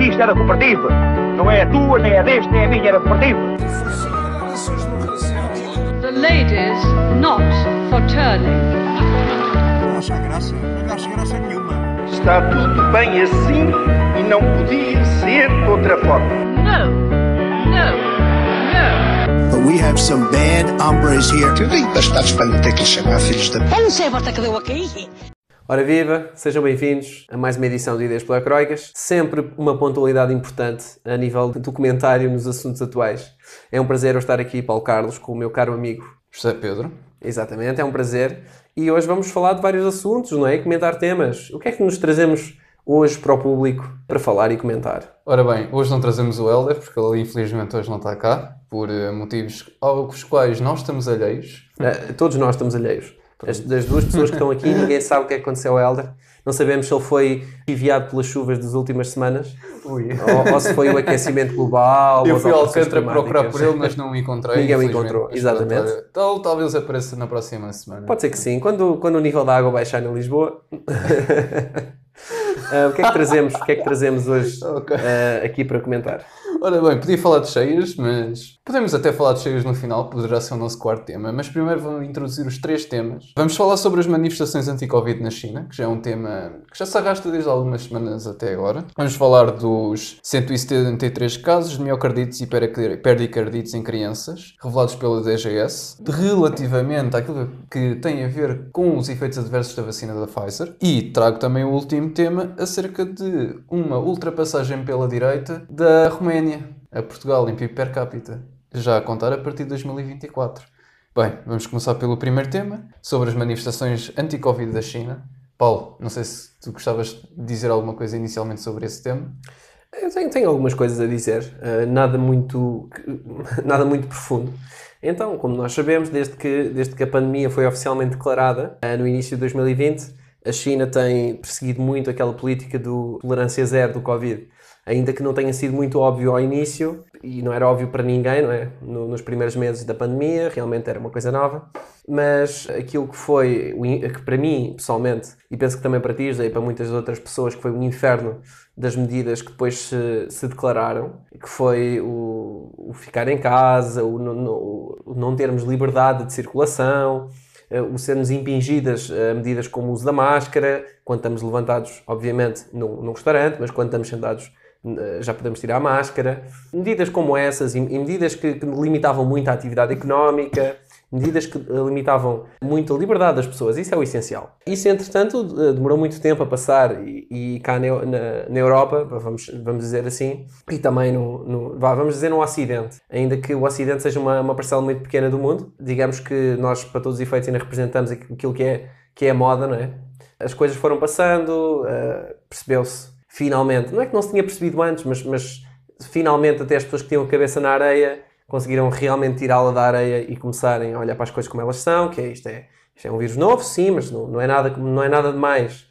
Isto é da cooperativa. Não é a tua, nem a deste, nem a minha, é da cooperativa. The ladies not for turning. Não acha graça? Não acha graça nenhuma. Está tudo bem assim e não podia ser de outra forma. No, no, no. But we have some bad hombres here. Eu digo bastados para não ter que lhe chamar filhos da... Eu não sei a volta que deu aqui. Ora viva, sejam bem-vindos a mais uma edição de Ideias Pleocroicas. Sempre uma pontualidade importante a nível de documentário nos assuntos atuais. É um prazer eu estar aqui, Paulo Carlos, com o meu caro amigo José Pedro. Exatamente, é um prazer. E hoje vamos falar de vários assuntos, não é? E comentar temas. O que é que nos trazemos hoje para o público para falar e comentar? Ora bem, hoje não trazemos o Helder, porque ele infelizmente hoje não está cá, por motivos aos quais nós estamos alheios. Todos nós estamos alheios. Das duas pessoas que estão aqui, ninguém sabe o que é que aconteceu ao Helder. Não sabemos se ele foi enviado pelas chuvas das últimas semanas ou se foi o aquecimento global. Eu fui ao Alcântara procurar por ele, mas não o encontrei. Ninguém o encontrou, exatamente. Talvez apareça na próxima semana. Pode ser que sim, quando o nível da água baixar em Lisboa. O que é que trazemos hoje aqui para comentar? Ora bem, podia falar de cheias, mas podemos até falar de cheias no final, poderá ser o nosso quarto tema, mas primeiro vamos introduzir os três temas. Vamos falar sobre as manifestações anti-Covid na China, que já é um tema que já se arrasta desde algumas semanas até agora. Vamos falar dos 173 casos de miocardites e pericardites em crianças, revelados pela DGS, relativamente àquilo que tem a ver com os efeitos adversos da vacina da Pfizer. E trago também o último tema acerca de uma ultrapassagem pela direita da Roménia a Portugal em PIB per capita, já a contar a partir de 2024. Bem, vamos começar pelo primeiro tema, sobre as manifestações anti-Covid da China. Paulo, não sei se tu gostavas de dizer alguma coisa inicialmente sobre esse tema. Eu tenho algumas coisas a dizer, nada muito profundo. Então, como nós sabemos, desde que a pandemia foi oficialmente declarada, no início de 2020, a China tem perseguido muito aquela política do tolerância zero do Covid. Ainda que não tenha sido muito óbvio ao início, e não era óbvio para ninguém, não é? Nos primeiros meses da pandemia, realmente era uma coisa nova, mas aquilo que foi, que para mim, pessoalmente, e penso que também para ti, José, e para muitas outras pessoas, que foi o inferno das medidas que depois se declararam, que foi o ficar em casa, o não termos liberdade de circulação, o sermos impingidas a medidas como o uso da máscara, quando estamos levantados, obviamente, num restaurante, mas quando estamos sentados já podemos tirar a máscara. Medidas como essas, e medidas que limitavam muito a atividade económica, medidas que limitavam muito a liberdade das pessoas, isso é o essencial. Isso, entretanto, demorou muito tempo a passar e cá na Europa, vamos dizer assim, e também vamos dizer no Ocidente, ainda que o Ocidente seja uma parcela muito pequena do mundo, digamos que nós, para todos os efeitos, ainda representamos aquilo que é a moda, não é? As coisas foram passando, percebeu-se finalmente, não é que não se tinha percebido antes, mas finalmente até as pessoas que tinham a cabeça na areia conseguiram realmente tirá-la da areia e começarem a olhar para as coisas como elas são, que isto é um vírus novo, sim, mas não é nada demais.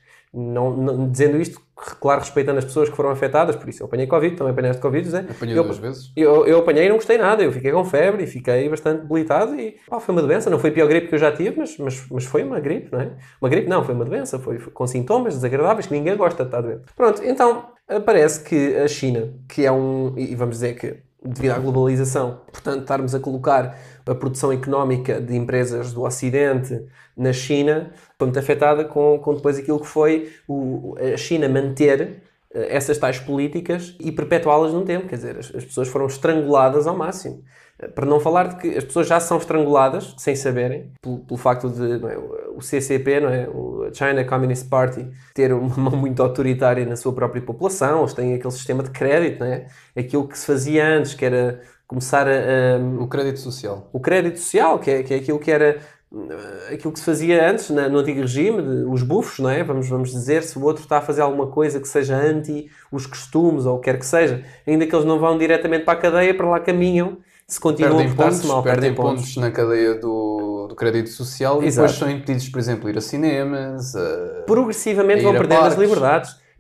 Dizendo isto, claro, respeitando as pessoas que foram afetadas, por isso eu apanhei Covid, também apanhaste Covid, José. Apanhei duas vezes. Eu apanhei e não gostei nada, eu fiquei com febre e fiquei bastante debilitado e foi uma doença, não foi a pior gripe que eu já tive, mas foi uma gripe, não é? Uma gripe não, foi uma doença, foi com sintomas desagradáveis que ninguém gosta de estar doente. Pronto, então parece que a China, que é e vamos dizer que devido à globalização, portanto estarmos a colocar a produção económica de empresas do Ocidente na China, foi muito afetada com depois aquilo que foi a China manter essas tais políticas e perpetuá-las num tempo, quer dizer, as pessoas foram estranguladas ao máximo. Para não falar de que as pessoas já são estranguladas, sem saberem, pelo facto de o CCP, não é? O China Communist Party, ter uma mão muito autoritária na sua própria população. Eles têm aquele sistema de crédito, não é? Aquilo que se fazia antes, que era começar o crédito social. O crédito social, que é aquilo que era aquilo que se fazia antes no antigo regime, os bufos, não é? Vamos dizer, se o outro está a fazer alguma coisa que seja anti os costumes ou o que quer que seja, ainda que eles não vão diretamente para a cadeia, para lá caminham, se continuam a portar-se mal, perdem pontos na cadeia do crédito social. Exato. E depois são impedidos, por exemplo, ir a cinemas, progressivamente vão perdendo as liberdades.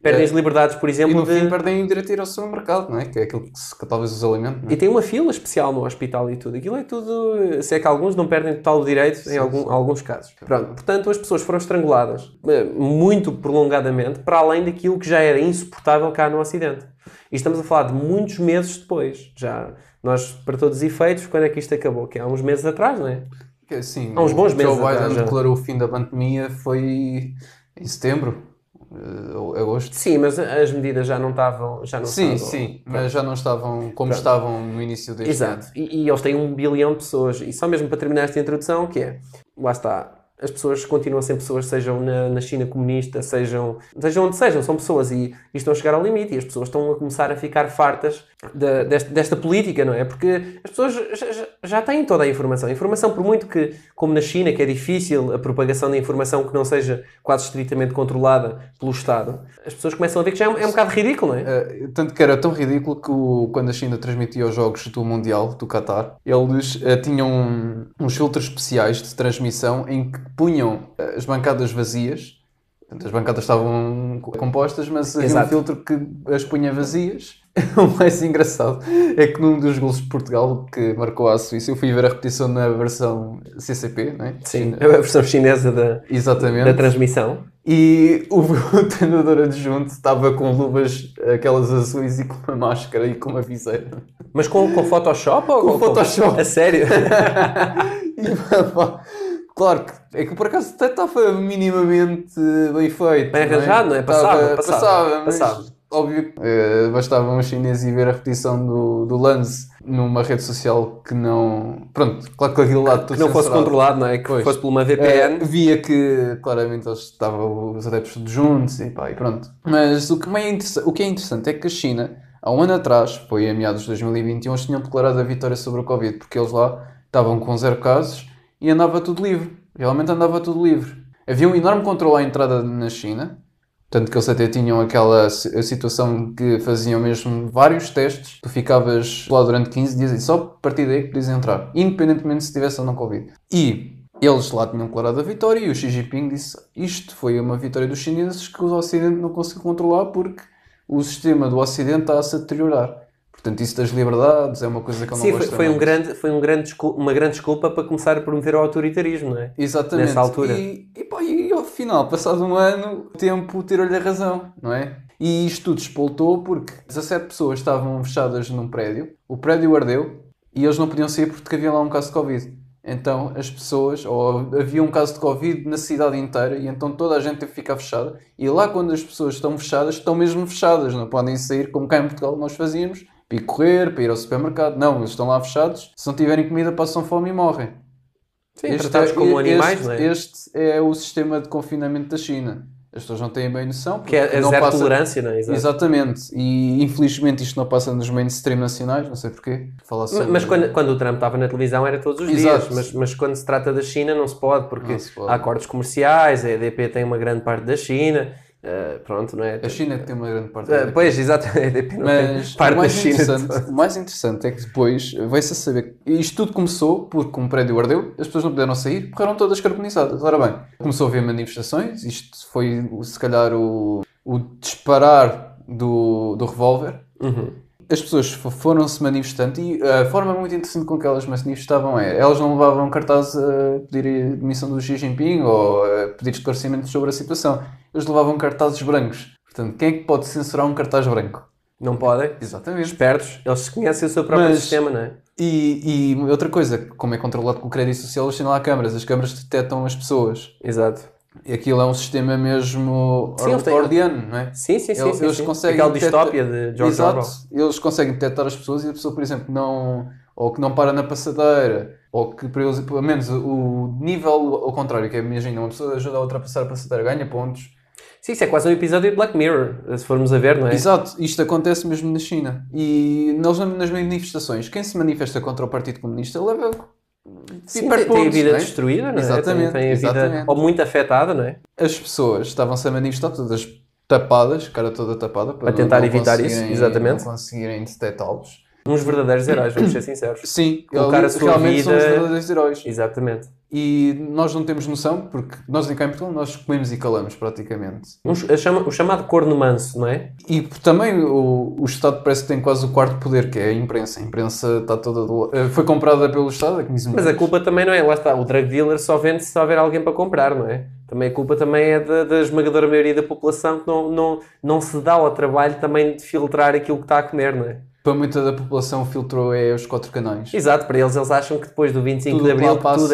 Perdem as liberdades, por E exemplo, no fim perdem o direito de ir ao supermercado, não é? Que é aquilo que talvez os alimente, não é? E tem uma fila especial no hospital e tudo. Aquilo é tudo... Se é que alguns não perdem total o direito em alguns casos. Pronto. Portanto, as pessoas foram estranguladas muito prolongadamente, para além daquilo que já era insuportável cá no Ocidente. E estamos a falar de muitos meses depois. Já nós, para todos os efeitos, quando é que isto acabou? Que há uns meses atrás, não é? Sim, há uns bons meses Joe atrás, Biden já. declarou o fim da pandemia foi em setembro, agosto. Sim, mas as medidas já não estavam... Sim, mas já não estavam como estavam no início deste Exato. ano. E eles têm 1 bilhão de pessoas. E só mesmo para terminar esta introdução, que é... Lá está. As pessoas continuam a ser pessoas, sejam na China comunista, sejam onde sejam, são pessoas e estão a chegar ao limite e as pessoas estão a começar a ficar fartas desta política, não é? Porque as pessoas já têm toda a informação. A informação, por muito que, como na China, que é difícil a propagação da informação que não seja quase estritamente controlada pelo Estado, as pessoas começam a ver que já é um bocado ridículo, não é? Tanto que era tão ridículo que quando a China transmitia os jogos do Mundial, do Qatar, eles tinham uns filtros especiais de transmissão em que punham as bancadas vazias. Portanto, as bancadas estavam compostas, mas havia um filtro que as punha vazias. O mais engraçado é que num dos golos de Portugal que marcou a Suíça, eu fui ver a repetição na versão CCP, não é? Sim, a versão chinesa da transmissão. E o treinador adjunto estava com luvas, aquelas azuis, e com uma máscara e com uma viseira. Mas com Photoshop? Ou Com Photoshop. A sério? Claro que é que por acaso até estava minimamente bem feito. Bem arranjado, não é? Passava. Mas óbvio que bastava um chinês ir ver a repetição do lance numa rede social que não... Pronto, claro que aquilo lá tudo que não fosse controlado, não é? Que fosse por uma VPN. Via que claramente eles estavam os adeptos todos juntos e pronto. Mas o que é interessante é que a China, há um ano atrás, foi em meados de 2021, eles tinham declarado a vitória sobre o Covid, porque eles lá estavam com 0 casos e andava tudo livre. Realmente andava tudo livre. Havia um enorme controle à entrada na China, tanto que eles até tinham aquela situação que faziam mesmo vários testes. Tu ficavas lá durante 15 dias e só a partir daí que podias entrar, independentemente se tivesse ou não Covid. E eles lá tinham declarado a vitória e o Xi Jinping disse: isto foi uma vitória dos chineses que o Ocidente não conseguiu controlar porque o sistema do Ocidente está a se deteriorar. Portanto, isso das liberdades é uma coisa que eu não gosto foi uma grande desculpa para começar a promover o autoritarismo, não é? Exatamente. Nessa altura. E ao final, passado um ano, o tempo tirou-lhe a razão, não é? E isto tudo espoltou porque 17 pessoas estavam fechadas num prédio, o prédio ardeu e eles não podiam sair porque havia lá um caso de Covid. Então as pessoas, ou havia um caso de Covid na cidade inteira e então toda a gente teve que ficar fechada. E lá quando as pessoas estão fechadas, estão mesmo fechadas, não podem sair como cá em Portugal nós fazíamos. Para ir correr, para ir ao supermercado. Não, eles estão lá fechados. Se não tiverem comida, passam fome e morrem. Sim, tratados como animais, não é? Este é o sistema de confinamento da China. As pessoas não têm bem noção. Que é zero tolerância, não é? Exatamente. E infelizmente isto não passa nos mainstream nacionais, não sei porquê. Mas quando o Trump estava na televisão era todos os dias. Mas quando se trata da China não se pode, porque há acordos comerciais, a EDP tem uma grande parte da China. Pronto, não é? A China tem uma grande parte da pois, exatamente. Mas o mais interessante é que depois vai-se a saber que isto tudo começou porque um prédio ardeu, as pessoas não puderam sair, morreram todas carbonizadas. Ora bem, começou a haver manifestações, isto foi se calhar o disparar do revólver. As pessoas foram-se manifestando e a forma muito interessante com que elas manifestavam elas não levavam cartazes a pedir a demissão do Xi Jinping ou a pedir esclarecimentos sobre a situação. Eles levavam cartazes brancos. Portanto, quem é que pode censurar um cartaz branco? Não podem. Exatamente. Espertos. Eles conhecem o seu próprio sistema, não é? E outra coisa, como é controlado com o crédito social, eles têm lá câmaras. As câmaras detectam as pessoas. Exato. E aquilo é um sistema mesmo ordiano, não é? Sim. Eles conseguem aquela distópia de George Orwell. Eles conseguem detectar as pessoas e a pessoa, por exemplo, ou que não para na passadeira, ou que, pelo menos, o nível ao contrário, que é, imagina, uma pessoa ajuda a outra a passar a passadeira, ganha pontos. Sim, isso é quase um episódio de Black Mirror, se formos a ver, não é? Exato, isto acontece mesmo na China. E nós nas manifestações, quem se manifesta contra o Partido Comunista leva... Sim, tem a vida destruída, não é? Exatamente. Tem a vida ou muito afetada, não é? As pessoas estavam-se a manifestar todas tapadas, cara toda tapada, para tentar evitar isso, exatamente. não conseguirem detectá-los. uns verdadeiros heróis, vamos ser sinceros. Sim, Colocar a sua realmente são os vida... verdadeiros heróis. Exatamente. E nós não temos noção, porque nós cá em Portugal nós comemos e calamos praticamente. O chamado corno manso, não é? E também o Estado parece que tem quase o quarto poder, que é a imprensa. A imprensa está toda foi comprada pelo Estado há 15 Mas milhões. a culpa também não é, lá está, o drug dealer só vende se houver alguém para comprar, não é? Também a culpa também é da esmagadora maioria da população que não se dá ao trabalho também de filtrar aquilo que está a comer, não é? Para muita da população filtrou os 4 canais. Exato, para eles acham que depois do 25 Tudo de Abril que lá que tudo passa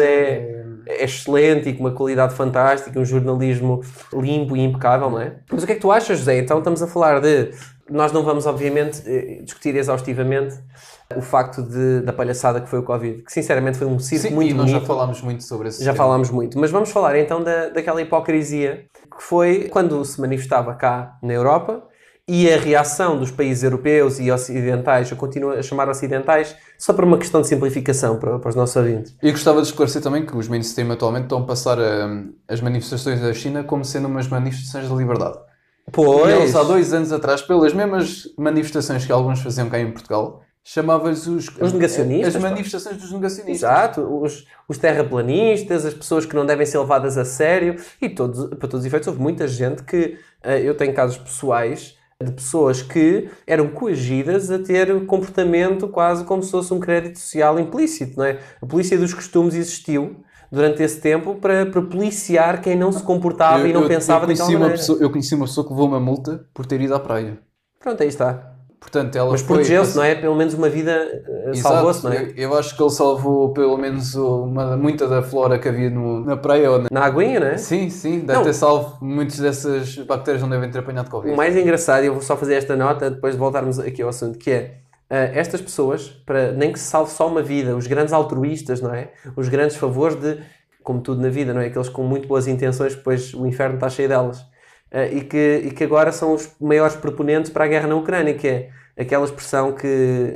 é excelente e com uma qualidade fantástica, um jornalismo limpo e impecável, não é? Mas o que é que tu achas, José? Então estamos a falar de... Nós não vamos, obviamente, discutir exaustivamente o facto da palhaçada que foi o Covid, que sinceramente foi um circo muito bonito. Sim, e nós já falámos muito sobre esse Já tema. falámos muito, mas vamos falar então daquela hipocrisia que foi quando se manifestava cá na Europa e a reação dos países europeus e ocidentais, eu continuo a chamar ocidentais, só por uma questão de simplificação para os nossos ouvintes. E gostava de esclarecer também que os mainstream atualmente estão a passar as manifestações da China como sendo umas manifestações de liberdade. Pois. E eles há 2 anos atrás, pelas mesmas manifestações que alguns faziam cá em Portugal, chamavam-lhes os negacionistas. As manifestações dos negacionistas. Exato, os terraplanistas, as pessoas que não devem ser levadas a sério e para todos os efeitos houve muita gente que, eu tenho casos pessoais de pessoas que eram coagidas a ter comportamento quase como se fosse um crédito social implícito, não é? A polícia dos costumes existiu durante esse tempo para policiar quem não se comportava e não pensava daquela maneira. Eu conheci uma pessoa que levou uma multa por ter ido à praia. Pronto, aí está. Portanto, ela mas protegeu-se, não é? Pelo menos uma vida salvou-se, não é? Eu acho que ele salvou pelo menos muita da flora que havia na praia. Ou na aguinha, não é? Sim, deve ter salvo. Muitas dessas bactérias não devem ter apanhado Covid. O mais engraçado, e eu vou só fazer esta nota depois de voltarmos aqui ao assunto, que é estas pessoas, nem que se salve só uma vida, os grandes altruístas, não é? Os grandes favores de, como tudo na vida, não é? Aqueles com muito boas intenções, depois o inferno está cheio delas. E que agora são os maiores proponentes para a guerra na Ucrânia, que é aquela expressão que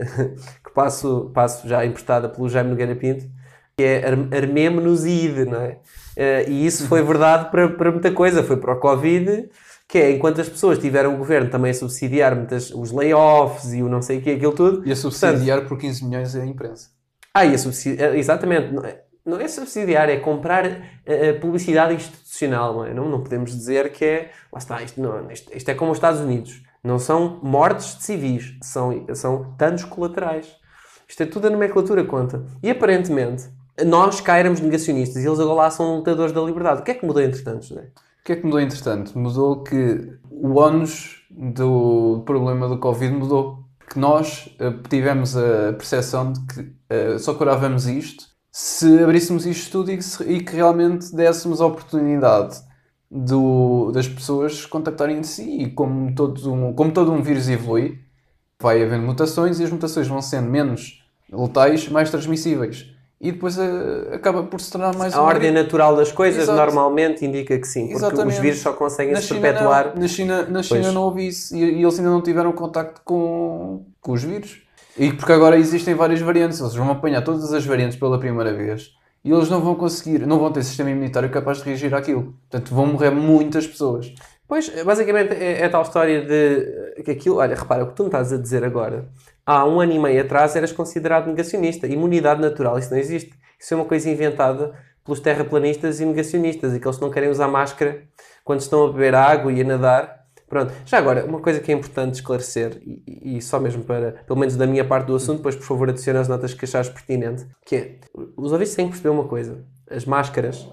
passo já emprestada pelo Jaime Nogueira Pinto, que é armemo-nos e ide, não é? E isso foi verdade para muita coisa, foi para o Covid, que é, enquanto as pessoas tiveram o governo também a subsidiar os layoffs e o não sei o que, aquilo tudo... E a subsidiar por 15 milhões a imprensa. Exatamente. Não é subsidiar, é comprar publicidade institucional, não é? Não podemos dizer que é... Lá está, isto é como os Estados Unidos. Não são mortes de civis, são danos colaterais. Isto é tudo a nomenclatura conta. E aparentemente, nós cá éramos negacionistas e eles agora lá são lutadores da liberdade. O que é que mudou entretanto, José? O que é que mudou entretanto? Mudou que o ónus do problema do Covid mudou. Que nós tivemos a percepção de que só curávamos isto se abríssemos isto tudo e que realmente dessemos a oportunidade das pessoas contactarem entre si. E como todo um vírus evolui, vai havendo mutações e as mutações vão sendo menos letais, mais transmissíveis. E depois acaba por se tornar mais... A ordem natural das coisas. Exato. Normalmente indica que sim, porque Exatamente. os vírus só conseguem se perpetuar... Na China não houve isso e eles ainda não tiveram contacto com os vírus. E porque agora existem várias variantes, eles vão apanhar todas as variantes pela primeira vez e eles não vão ter sistema imunitário capaz de reagir àquilo. Portanto, vão morrer muitas pessoas. Pois, basicamente é tal história de que aquilo... Olha, repara, o que tu me estás a dizer agora, há 1 ano e meio atrás eras considerado negacionista. Imunidade natural, isso não existe. Isso é uma coisa inventada pelos terraplanistas e negacionistas, aqueles que não querem usar máscara quando estão a beber água e a nadar. Pronto. Já agora, uma coisa que é importante esclarecer, e só mesmo para, pelo menos da minha parte do assunto, depois por favor adiciona as notas que achares pertinente, que é, os ouvintes têm que perceber uma coisa, as máscaras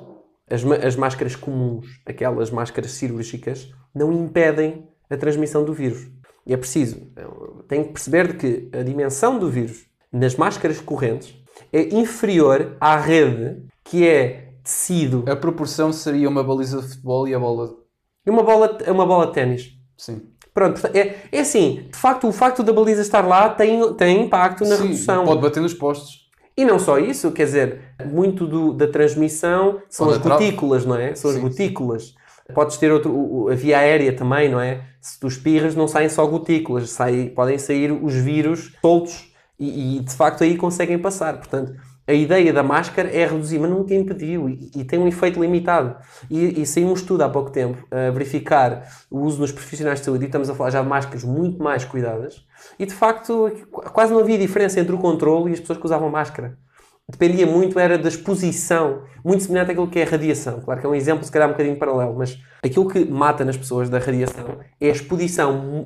comuns, aquelas máscaras cirúrgicas, não impedem a transmissão do vírus. E é preciso, tem que perceber que a dimensão do vírus nas máscaras correntes é inferior à rede, que é tecido. A proporção seria uma baliza de futebol e a bola... E uma bola de ténis. Sim. Pronto, é assim, de facto, o facto da baliza estar lá tem impacto na redução. Pode bater nos postos. E não só isso, quer dizer, muito da transmissão são as gotículas, não é? São as gotículas. Podes ter a via aérea também, não é? Se tu espirras não saem só gotículas, podem sair os vírus soltos e de facto aí conseguem passar. Portanto, a ideia da máscara é reduzir, mas nunca impediu e tem um efeito limitado. E saiu um estudo há pouco tempo a verificar o uso nos profissionais de saúde, e estamos a falar já de máscaras muito mais cuidadas, e de facto quase não havia diferença entre o controle e as pessoas que usavam máscara. Dependia muito, era da exposição, muito semelhante àquilo que é a radiação. Claro que é um exemplo, se calhar um bocadinho paralelo, mas aquilo que mata nas pessoas da radiação é a exposição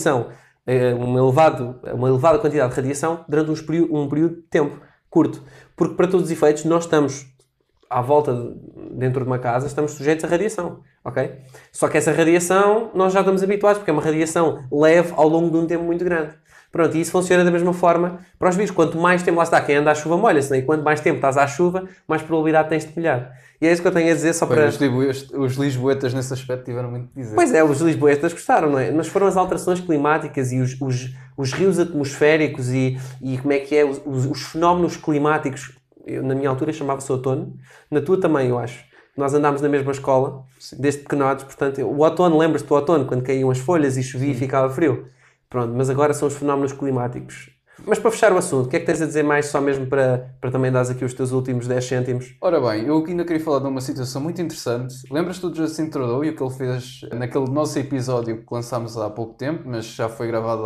a uma elevada quantidade de radiação durante um período de tempo curto. Porque, para todos os efeitos, nós estamos à volta, dentro de uma casa, estamos sujeitos à radiação, ok? Só que essa radiação, nós já estamos habituados, porque é uma radiação leve ao longo de um tempo muito grande. Pronto, e isso funciona da mesma forma para os vírus. Quanto mais tempo, lá está, quem anda à chuva molha-se, né? E quanto mais tempo estás à chuva, mais probabilidade tens de molhar. E é isso que eu tenho a dizer, só para... Os lisboetas nesse aspecto tiveram muito a dizer. Pois é, os lisboetas gostaram, não é? Mas foram as alterações climáticas e os rios atmosféricos e como é que é, os fenómenos climáticos. Eu, na minha altura chamava-se outono, na tua também, eu acho. Nós andámos na mesma escola, desde pequenotes, portanto, o outono, lembras-te do outono, quando caíam as folhas e chovia e ficava frio? Pronto, mas agora são os fenómenos climáticos. Mas para fechar o assunto, o que é que tens a dizer mais, só mesmo para também dares aqui os teus últimos 10 cêntimos? Ora bem, eu ainda queria falar de uma situação muito interessante. Lembras-te do Justin Trudeau e o que ele fez naquele nosso episódio que lançámos há pouco tempo, mas já foi gravado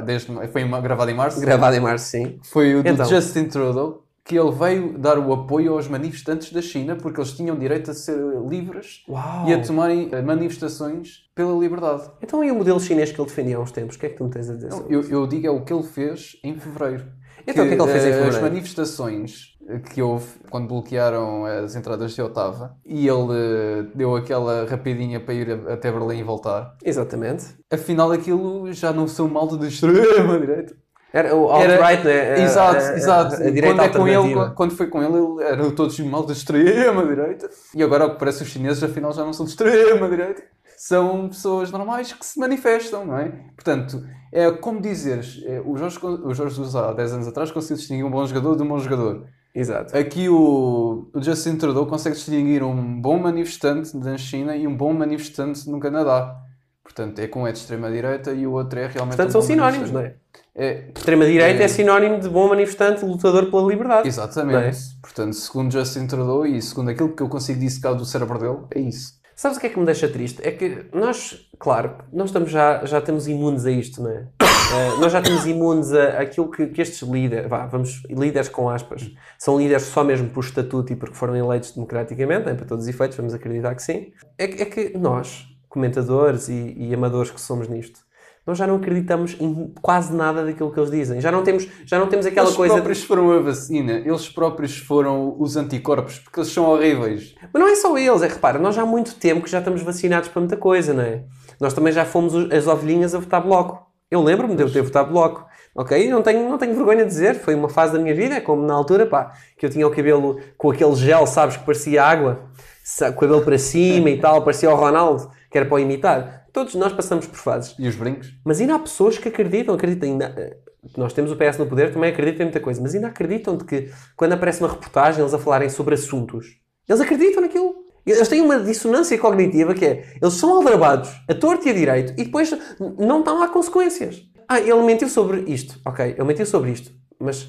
gravado em março? Gravado em março, sim. Foi o do Justin Trudeau, que ele veio dar o apoio aos manifestantes da China, porque eles tinham direito a ser livres e a tomarem manifestações pela liberdade. Então e o modelo chinês que ele defendia há uns tempos? O que é que tu me tens a dizer sobre isso? Eu digo é o que ele fez em fevereiro. Então o que é que ele fez em fevereiro? As manifestações que houve quando bloquearam as entradas de Otava e ele deu aquela rapidinha para ir até Berlim e voltar. Exatamente. Afinal aquilo já não são malta de extrema-direita. Era o alt-right, né? Exato. A direita alternativa. Quando foi com ele, eram todos mal de extrema-direita. E agora, ao que parece, os chineses, afinal, já não são de extrema-direita. São pessoas normais que se manifestam, não é? Portanto, é como dizeres, o Jorge Jesus, há 10 anos atrás, conseguiu distinguir um bom jogador de um mau jogador. Exato. Aqui o Justin Trudeau consegue distinguir um bom manifestante na China e um bom manifestante no Canadá. Portanto, é que um é de extrema-direita e o outro é realmente... Portanto, são sinónimos, não é? Extrema-direita é sinónimo de bom manifestante, lutador pela liberdade. Exatamente. Portanto, segundo Justin Trudeau e segundo aquilo que eu consigo dissecar do cérebro dele, é isso. Sabes o que é que me deixa triste? É que nós, claro, nós estamos já estamos imunes a isto, não é? Nós já estamos imunes àquilo que estes líderes, líderes com aspas, são líderes só mesmo por estatuto e porque foram eleitos democraticamente, para todos os efeitos, vamos acreditar que sim. É que nós, comentadores e amadores que somos nisto, nós já não acreditamos em quase nada daquilo que eles dizem. Já não temos aquela coisa... Eles próprios foram a vacina. Eles próprios foram os anticorpos, porque eles são horríveis. Mas não é só eles. Repara, nós já há muito tempo que já estamos vacinados para muita coisa, não é? Nós também já fomos as ovelhinhas a votar Bloco. Eu lembro-me de eu ter votado Bloco. Ok? Não tenho vergonha de dizer. Foi uma fase da minha vida, como na altura, que eu tinha o cabelo com aquele gel, sabes, que parecia água. Com o cabelo para cima e tal. Parecia o Ronaldo, que era para o imitar. Todos nós passamos por fases. E os brincos? Mas ainda há pessoas que acreditam ainda. Nós temos o PS no poder, também acreditam em muita coisa, mas ainda acreditam de que quando aparece uma reportagem eles a falarem sobre assuntos, eles acreditam naquilo. Eles têm uma dissonância cognitiva que é, eles são aldrabados, a torto e a direito, e depois não estão lá consequências. Ele mentiu sobre isto. Ok, ele mentiu sobre isto. Mas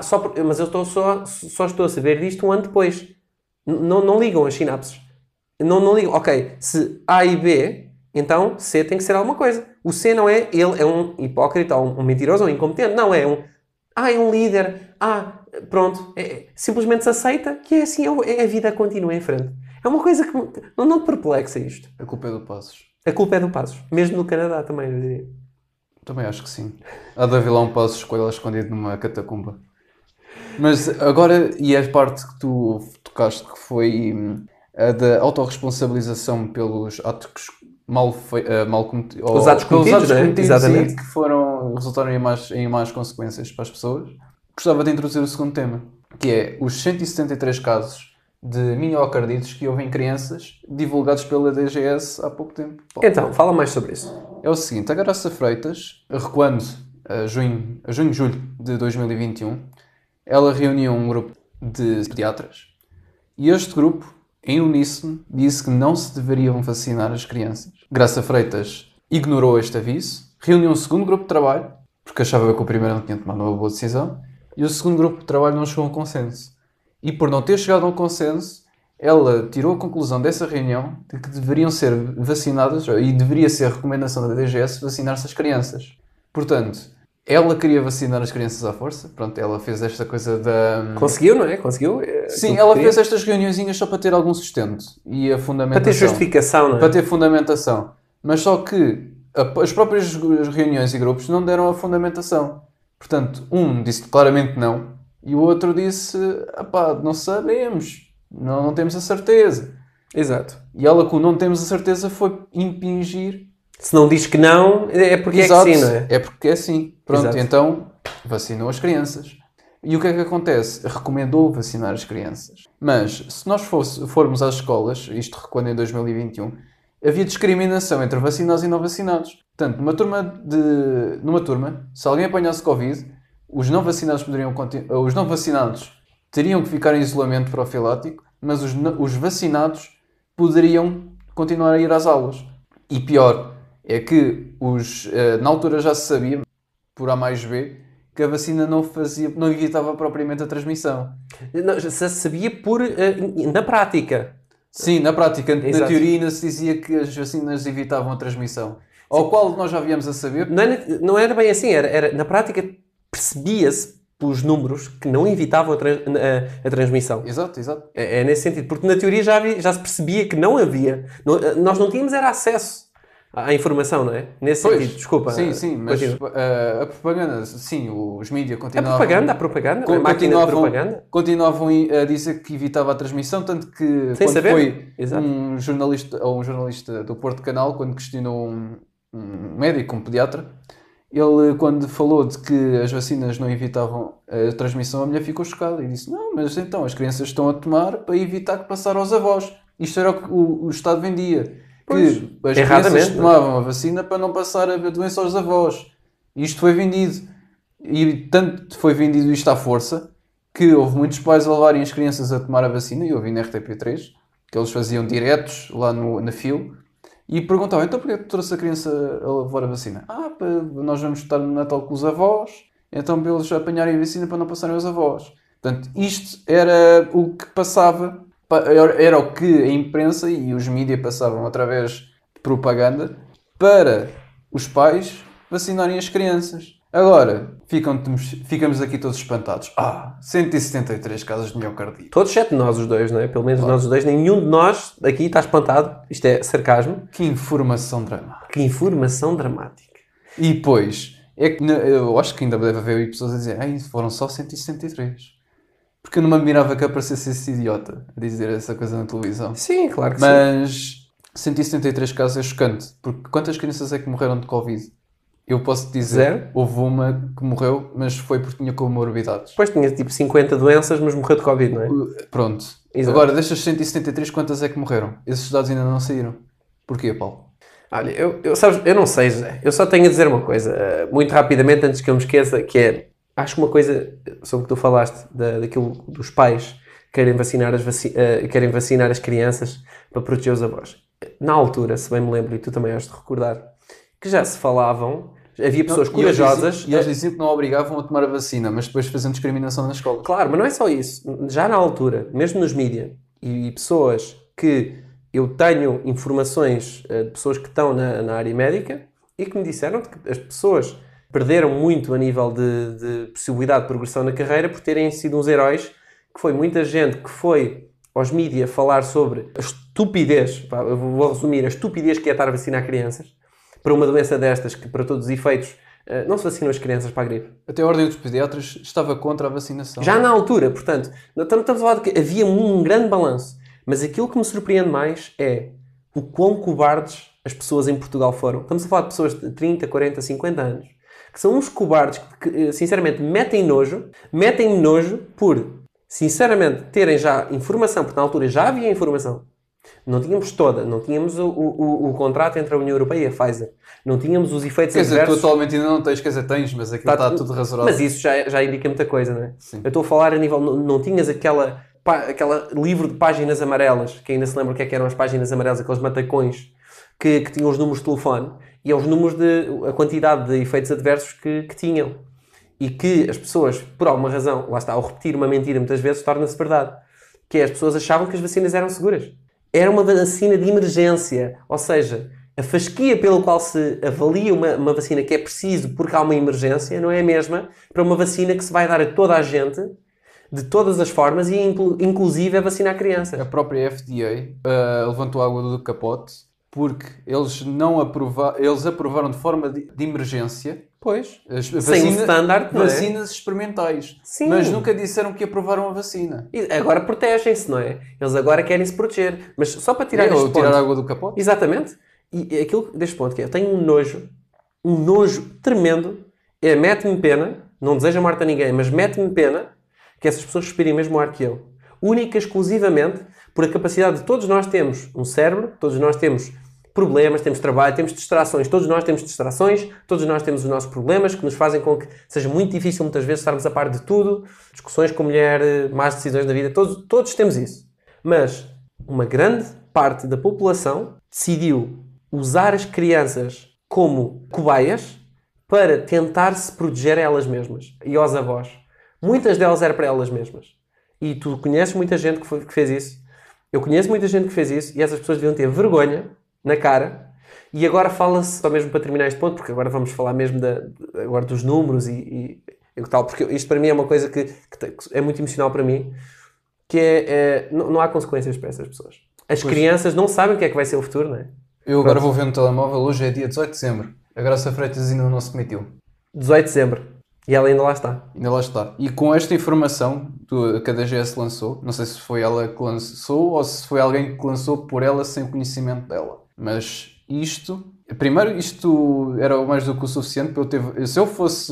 eu só estou a saber disto um ano depois. Não ligam as sinapses. Não ligam. Ok, se A e B... Então, C tem que ser alguma coisa. O C não é, ele é um hipócrita, ou um mentiroso, ou um incompetente. Não, é um líder. Pronto. Simplesmente se aceita que é assim, a vida continua em frente. É uma coisa que não te perplexa isto. A culpa é do Passos. A culpa é do Passos. Mesmo no Canadá também, eu diria. Também acho que sim. Há de haver lá um Passos escondido numa catacumba. Mas agora, e a parte que tu tocaste, que foi a da autorresponsabilização pelos atos os atos cometidos, exatamente, que resultaram em más consequências para as pessoas. Gostava de introduzir o segundo tema, que é os 173 casos de miocardites que houve em crianças divulgados pela DGS há pouco tempo. Então, fala mais sobre isso. É o seguinte, a Graça Freitas, recuando a junho e julho de 2021, ela reuniu um grupo de pediatras e este grupo, em uníssono, disse que não se deveriam vacinar as crianças. Graça Freitas ignorou este aviso, reuniu um segundo grupo de trabalho, porque achava que o primeiro não tinha tomado uma boa decisão, e o segundo grupo de trabalho não chegou a um consenso. E por não ter chegado a um consenso, ela tirou a conclusão dessa reunião de que deveriam ser vacinadas, e deveria ser recomendação da DGS vacinar-se as crianças. Portanto, ela queria vacinar as crianças à força. Pronto, ela fez esta coisa da... Conseguiu, não é? Conseguiu. Sim, ela fez estas reuniõezinhas só para ter algum sustento. E a fundamentação. Para ter justificação, não é? Para ter fundamentação. Mas só que as próprias reuniões e grupos não deram a fundamentação. Portanto, um disse claramente não. E o outro disse, não sabemos. Não temos a certeza. Exato. E ela, com não temos a certeza, foi impingir. Se não diz que não, é porque Exato, é que sim, não é? É porque é sim. Pronto, Exato. então vacinou as crianças. E o que é que acontece? Recomendou vacinar as crianças. Mas, se nós formos às escolas, isto recuando em 2021, havia discriminação entre vacinados e não vacinados. Portanto, numa turma, se alguém apanhasse Covid, os não vacinados teriam que ficar em isolamento profilático, mas os vacinados poderiam continuar a ir às aulas. E pior, é que na altura já se sabia, por A mais B, que a vacina não evitava propriamente a transmissão. Não, já se sabia na prática. Sim, na prática. Exato. Na teoria ainda se dizia que as vacinas evitavam a transmissão. Ao qual nós já viemos a saber. Não era bem assim. Na prática percebia-se pelos números que não evitavam a transmissão. Exato. É nesse sentido. Porque na teoria já se percebia que não havia. Nós não tínhamos era acesso à informação, não é? Nesse sentido. Desculpa. Sim, mas a propaganda, sim, os mídias continuavam... A propaganda. A máquina de propaganda. Continuavam a dizer que evitava a transmissão, tanto que Sem quando saber. foi Exato. um jornalista do Porto Canal, quando questionou um médico, um pediatra, ele, quando falou de que as vacinas não evitavam a transmissão, a mulher ficou chocada e disse, não, mas então as crianças estão a tomar para evitar que passar aos avós. Isto era o que o Estado vendia. Pois, que as erradamente, crianças tomavam a vacina para não passar a doença aos avós. Isto foi vendido. E tanto foi vendido isto à força, que houve muitos pais a levarem as crianças a tomar a vacina, e eu vi na RTP3, que eles faziam diretos lá na fila, e perguntavam, então porquê que trouxe a criança a levar a vacina? Nós vamos estar no Natal com os avós, então para eles apanharem a vacina para não passarem aos avós. Portanto, isto era o que passava, era o que a imprensa e os mídias passavam através de propaganda para os pais vacinarem as crianças. Agora, ficamos aqui todos espantados. 173 casos de miocardia. Todos, exceto nós os dois, não é? Pelo menos nós os dois. Nenhum de nós aqui está espantado. Isto é sarcasmo. Que informação dramática. Que informação dramática. E depois, eu acho que ainda deve haver pessoas a dizer foram só 163. Porque eu não me admirava que aparecesse esse idiota a dizer essa coisa na televisão. Sim, claro que sim. Mas 173 casos é chocante. Porque quantas crianças é que morreram de Covid? Eu posso dizer, 0. Houve uma que morreu, mas foi porque tinha comorbidades. Depois tinha tipo 50 doenças, mas morreu de Covid, não é? Pronto. Exato. Agora, destas 173, quantas é que morreram? Esses dados ainda não saíram. Porquê, Paulo? Olha, eu não sei, José. Eu só tenho a dizer uma coisa, muito rapidamente, antes que eu me esqueça, que é, acho que uma coisa sobre o que tu falaste, daquilo dos pais querem vacinar as crianças para proteger os avós. Na altura, se bem me lembro, e tu também has de recordar, que já se falavam, havia pessoas corajosas... E eles diziam que não obrigavam a tomar a vacina, mas depois faziam discriminação na escola. Claro, mas não é só isso. Já na altura, mesmo nos mídias, e pessoas que eu tenho informações de pessoas que estão na área médica e que me disseram que as pessoas perderam muito a nível de possibilidade de progressão na carreira por terem sido uns heróis, que foi muita gente que foi aos mídias falar sobre a estupidez, eu vou resumir, a estupidez que é estar a vacinar crianças, para uma doença destas que, para todos os efeitos, não se vacinam as crianças para a gripe. Até a Ordem dos Pediatras estava contra a vacinação. Já na altura, portanto, estamos a falar de que havia um grande balanço. Mas aquilo que me surpreende mais é o quão cobardes as pessoas em Portugal foram. Estamos a falar de pessoas de 30, 40, 50 anos, que são uns cobardes que sinceramente, metem-me nojo por, sinceramente, terem já informação, porque na altura já havia informação. Não tínhamos não tínhamos o contrato entre a União Europeia e a Pfizer, não tínhamos os efeitos adversos. Quer dizer, tu atualmente ainda não tens, tens, mas aquilo está tudo razoável. Mas isso já indica muita coisa, não é? Sim. Eu estou a falar a nível, não tinhas aquela livro de páginas amarelas, que ainda se lembra o que é que eram as páginas amarelas, aqueles matacões que tinham os números de telefone e os números a quantidade de efeitos adversos que tinham. e que as pessoas, por alguma razão, lá está, ao repetir uma mentira muitas vezes, torna-se verdade. Que é, as pessoas achavam que as vacinas eram seguras. Era uma vacina de emergência, ou seja, a fasquia pelo qual se avalia uma vacina que é preciso porque há uma emergência não é a mesma para uma vacina que se vai dar a toda a gente, de todas as formas, e inclusive a vacinar crianças. A própria FDA levantou a água do capote porque eles aprovaram de forma de emergência. Pois. Sem um standard, não é? Vacinas experimentais. Sim. Mas nunca disseram que aprovaram a vacina. E agora protegem-se, não é? Eles agora querem se proteger. Mas só para tirar este ponto... tirar a água do capote? Exatamente. E aquilo deste ponto que é, eu tenho um nojo tremendo, mete-me pena, não deseja morte a ninguém, mas mete-me pena que essas pessoas respirem mesmo o ar que eu. Única, exclusivamente, por a capacidade de todos nós temos um cérebro, todos nós temos problemas, temos trabalho, temos distrações, todos nós temos distrações, todos nós temos os nossos problemas que nos fazem com que seja muito difícil muitas vezes estarmos a par de tudo, discussões com a mulher, más decisões da vida, todos temos isso. Mas uma grande parte da população decidiu usar as crianças como cobaias para tentar se proteger a elas mesmas e aos avós. Muitas delas eram para elas mesmas. E tu conheces muita gente que fez isso. Eu conheço muita gente que fez isso e essas pessoas deviam ter vergonha na cara. E agora fala-se, só mesmo para terminar este ponto, porque agora vamos falar mesmo agora dos números e tal, porque isto para mim é uma coisa que é muito emocional para mim, que não há consequências para essas pessoas. As crianças não sabem o que é que vai ser o futuro, não é? Eu agora vou ver no telemóvel, hoje é dia 18 de dezembro. A Graça Freitas ainda não se demitiu. 18 de dezembro. E ela ainda lá está. Ainda lá está. E com esta informação que a DGS lançou, não sei se foi ela que lançou ou se foi alguém que lançou por ela sem o conhecimento dela. Mas isto era mais do que o suficiente para eu ter... Se eu fosse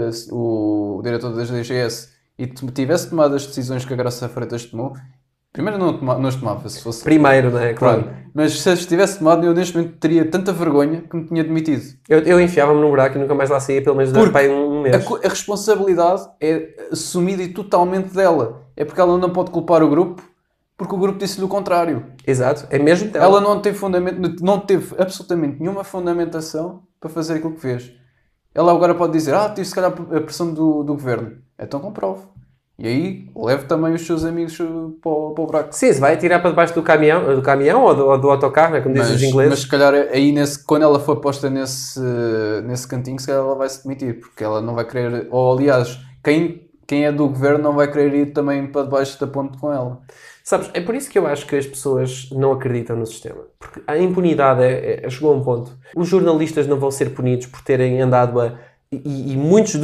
o diretor da DGS e tivesse tomado as decisões que a Graça Freitas tomou, primeiro não as tomava, se fosse... Primeiro, não é? Claro. Mas se as tivesse tomado, eu neste momento teria tanta vergonha que me tinha demitido. Eu enfiava-me num buraco e nunca mais lá saía, pelo menos durante um mês. A responsabilidade é assumida e totalmente dela. É porque ela não pode culpar o grupo, porque o grupo disse-lhe o contrário. Exato, é mesmo dela. Ela não teve absolutamente nenhuma fundamentação para fazer aquilo que fez. Ela agora pode dizer, tive se calhar a pressão do governo. Então comprove. E aí, leve também os seus amigos para o buraco. Sim, se vai tirar para debaixo do caminhão ou do autocarro, como dizem os ingleses. Mas se calhar aí, quando ela for posta nesse cantinho, se calhar ela vai se demitir, porque ela não vai querer, ou aliás, quem é do governo não vai querer ir também para debaixo da ponte com ela. Sabes, é por isso que eu acho que as pessoas não acreditam no sistema. Porque a impunidade chegou a um ponto. Os jornalistas não vão ser punidos por terem andado E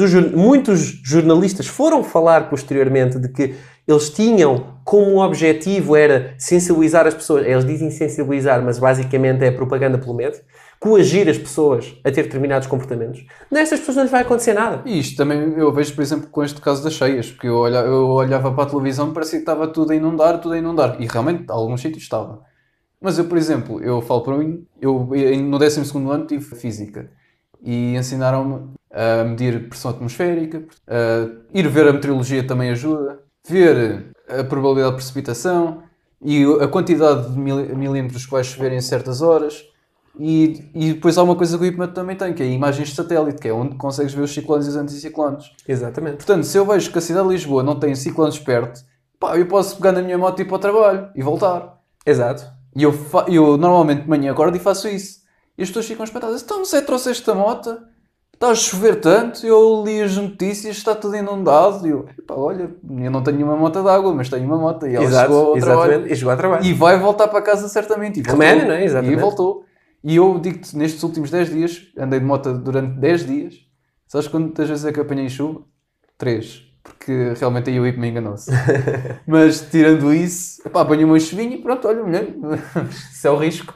muitos jornalistas foram falar posteriormente de que eles tinham como objetivo era sensibilizar as pessoas. Eles dizem sensibilizar, mas basicamente é propaganda pelo medo. Coagir as pessoas a ter determinados comportamentos. Nestas pessoas não lhes vai acontecer nada. E isto também eu vejo, por exemplo, com este caso das cheias. Porque eu olhava para a televisão e parecia que estava tudo a inundar. E realmente, alguns sítios estava. Mas eu, por exemplo, eu falo para mim, eu no 12º ano tive Física. E ensinaram-me a medir pressão atmosférica, ir ver a meteorologia também ajuda, ver a probabilidade de precipitação e a quantidade de milímetros que vai chover em certas horas. E depois há uma coisa que o IPMET também tem, que é imagens de satélite, que é onde consegues ver os ciclones e os anticiclones. Exatamente. Portanto, se eu vejo que a cidade de Lisboa não tem ciclones perto, eu posso pegar na minha moto e ir para o trabalho e voltar. Exato. E eu normalmente de manhã acordo e faço isso. E as pessoas ficam espantadas. Então, você trouxeste a moto? Está a chover tanto? Eu li as notícias, está tudo inundado. E eu, olha, eu não tenho nenhuma moto de água, mas tenho uma moto. E ela chegou ao trabalho. E chegou ao trabalho. E vai voltar para casa certamente. Remédio, não é? Exatamente. E voltou. E eu digo-te, nestes últimos 10 dias, andei de moto durante 10 dias. Sabes quantas vezes é que apanhei chuva? 3. Porque realmente aí o IP me enganou-se. Mas tirando isso, apanhei uma chuvinha e pronto, olha, mulher. Isso é o risco.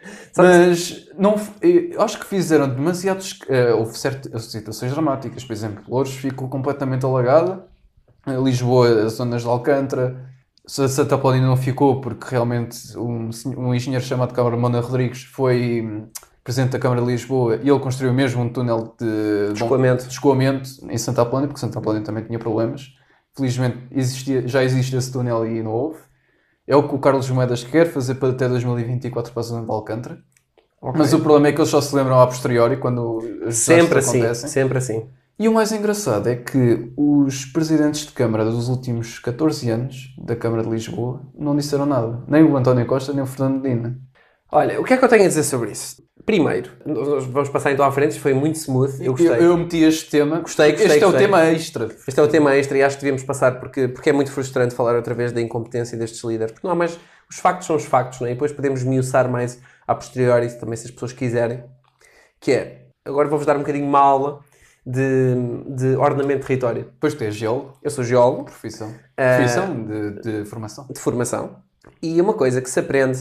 Mas não, acho que fizeram demasiados... houve certas situações dramáticas. Por exemplo, Loures ficou completamente alagada. Lisboa, as zonas de Alcântara. Santa Apolónia não ficou porque realmente um engenheiro chamado Câmara Mona Rodrigues foi presidente da Câmara de Lisboa e ele construiu mesmo um túnel de escoamento em Santa Apolónia, porque Santa Apolónia também tinha problemas. Felizmente já existe esse túnel e não houve. É o que o Carlos Moedas quer fazer para até 2024 para a zona de Alcântara. Okay. Mas o problema é que eles só se lembram a posteriori quando as desastres acontecem. Sempre assim. E o mais engraçado é que os presidentes de Câmara dos últimos 14 anos da Câmara de Lisboa não disseram nada. Nem o António Costa, nem o Fernando Medina. Olha, o que é que eu tenho a dizer sobre isso? Primeiro, nós vamos passar então à frente, isto foi muito smooth, eu gostei. Eu meti este tema. Gostei. Este é o tema extra. Este é o tema extra e acho que devíamos passar porque é muito frustrante falar outra vez da incompetência destes líderes. Porque não há mais... Os factos são os factos, não é? E depois podemos miuçar mais a posteriori, também se as pessoas quiserem. Que é, agora vou-vos dar um bocadinho uma aula de ordenamento de território. Depois tu és geólogo. Eu sou geólogo. Profissão. Profissão de formação. De formação. E uma coisa que se aprende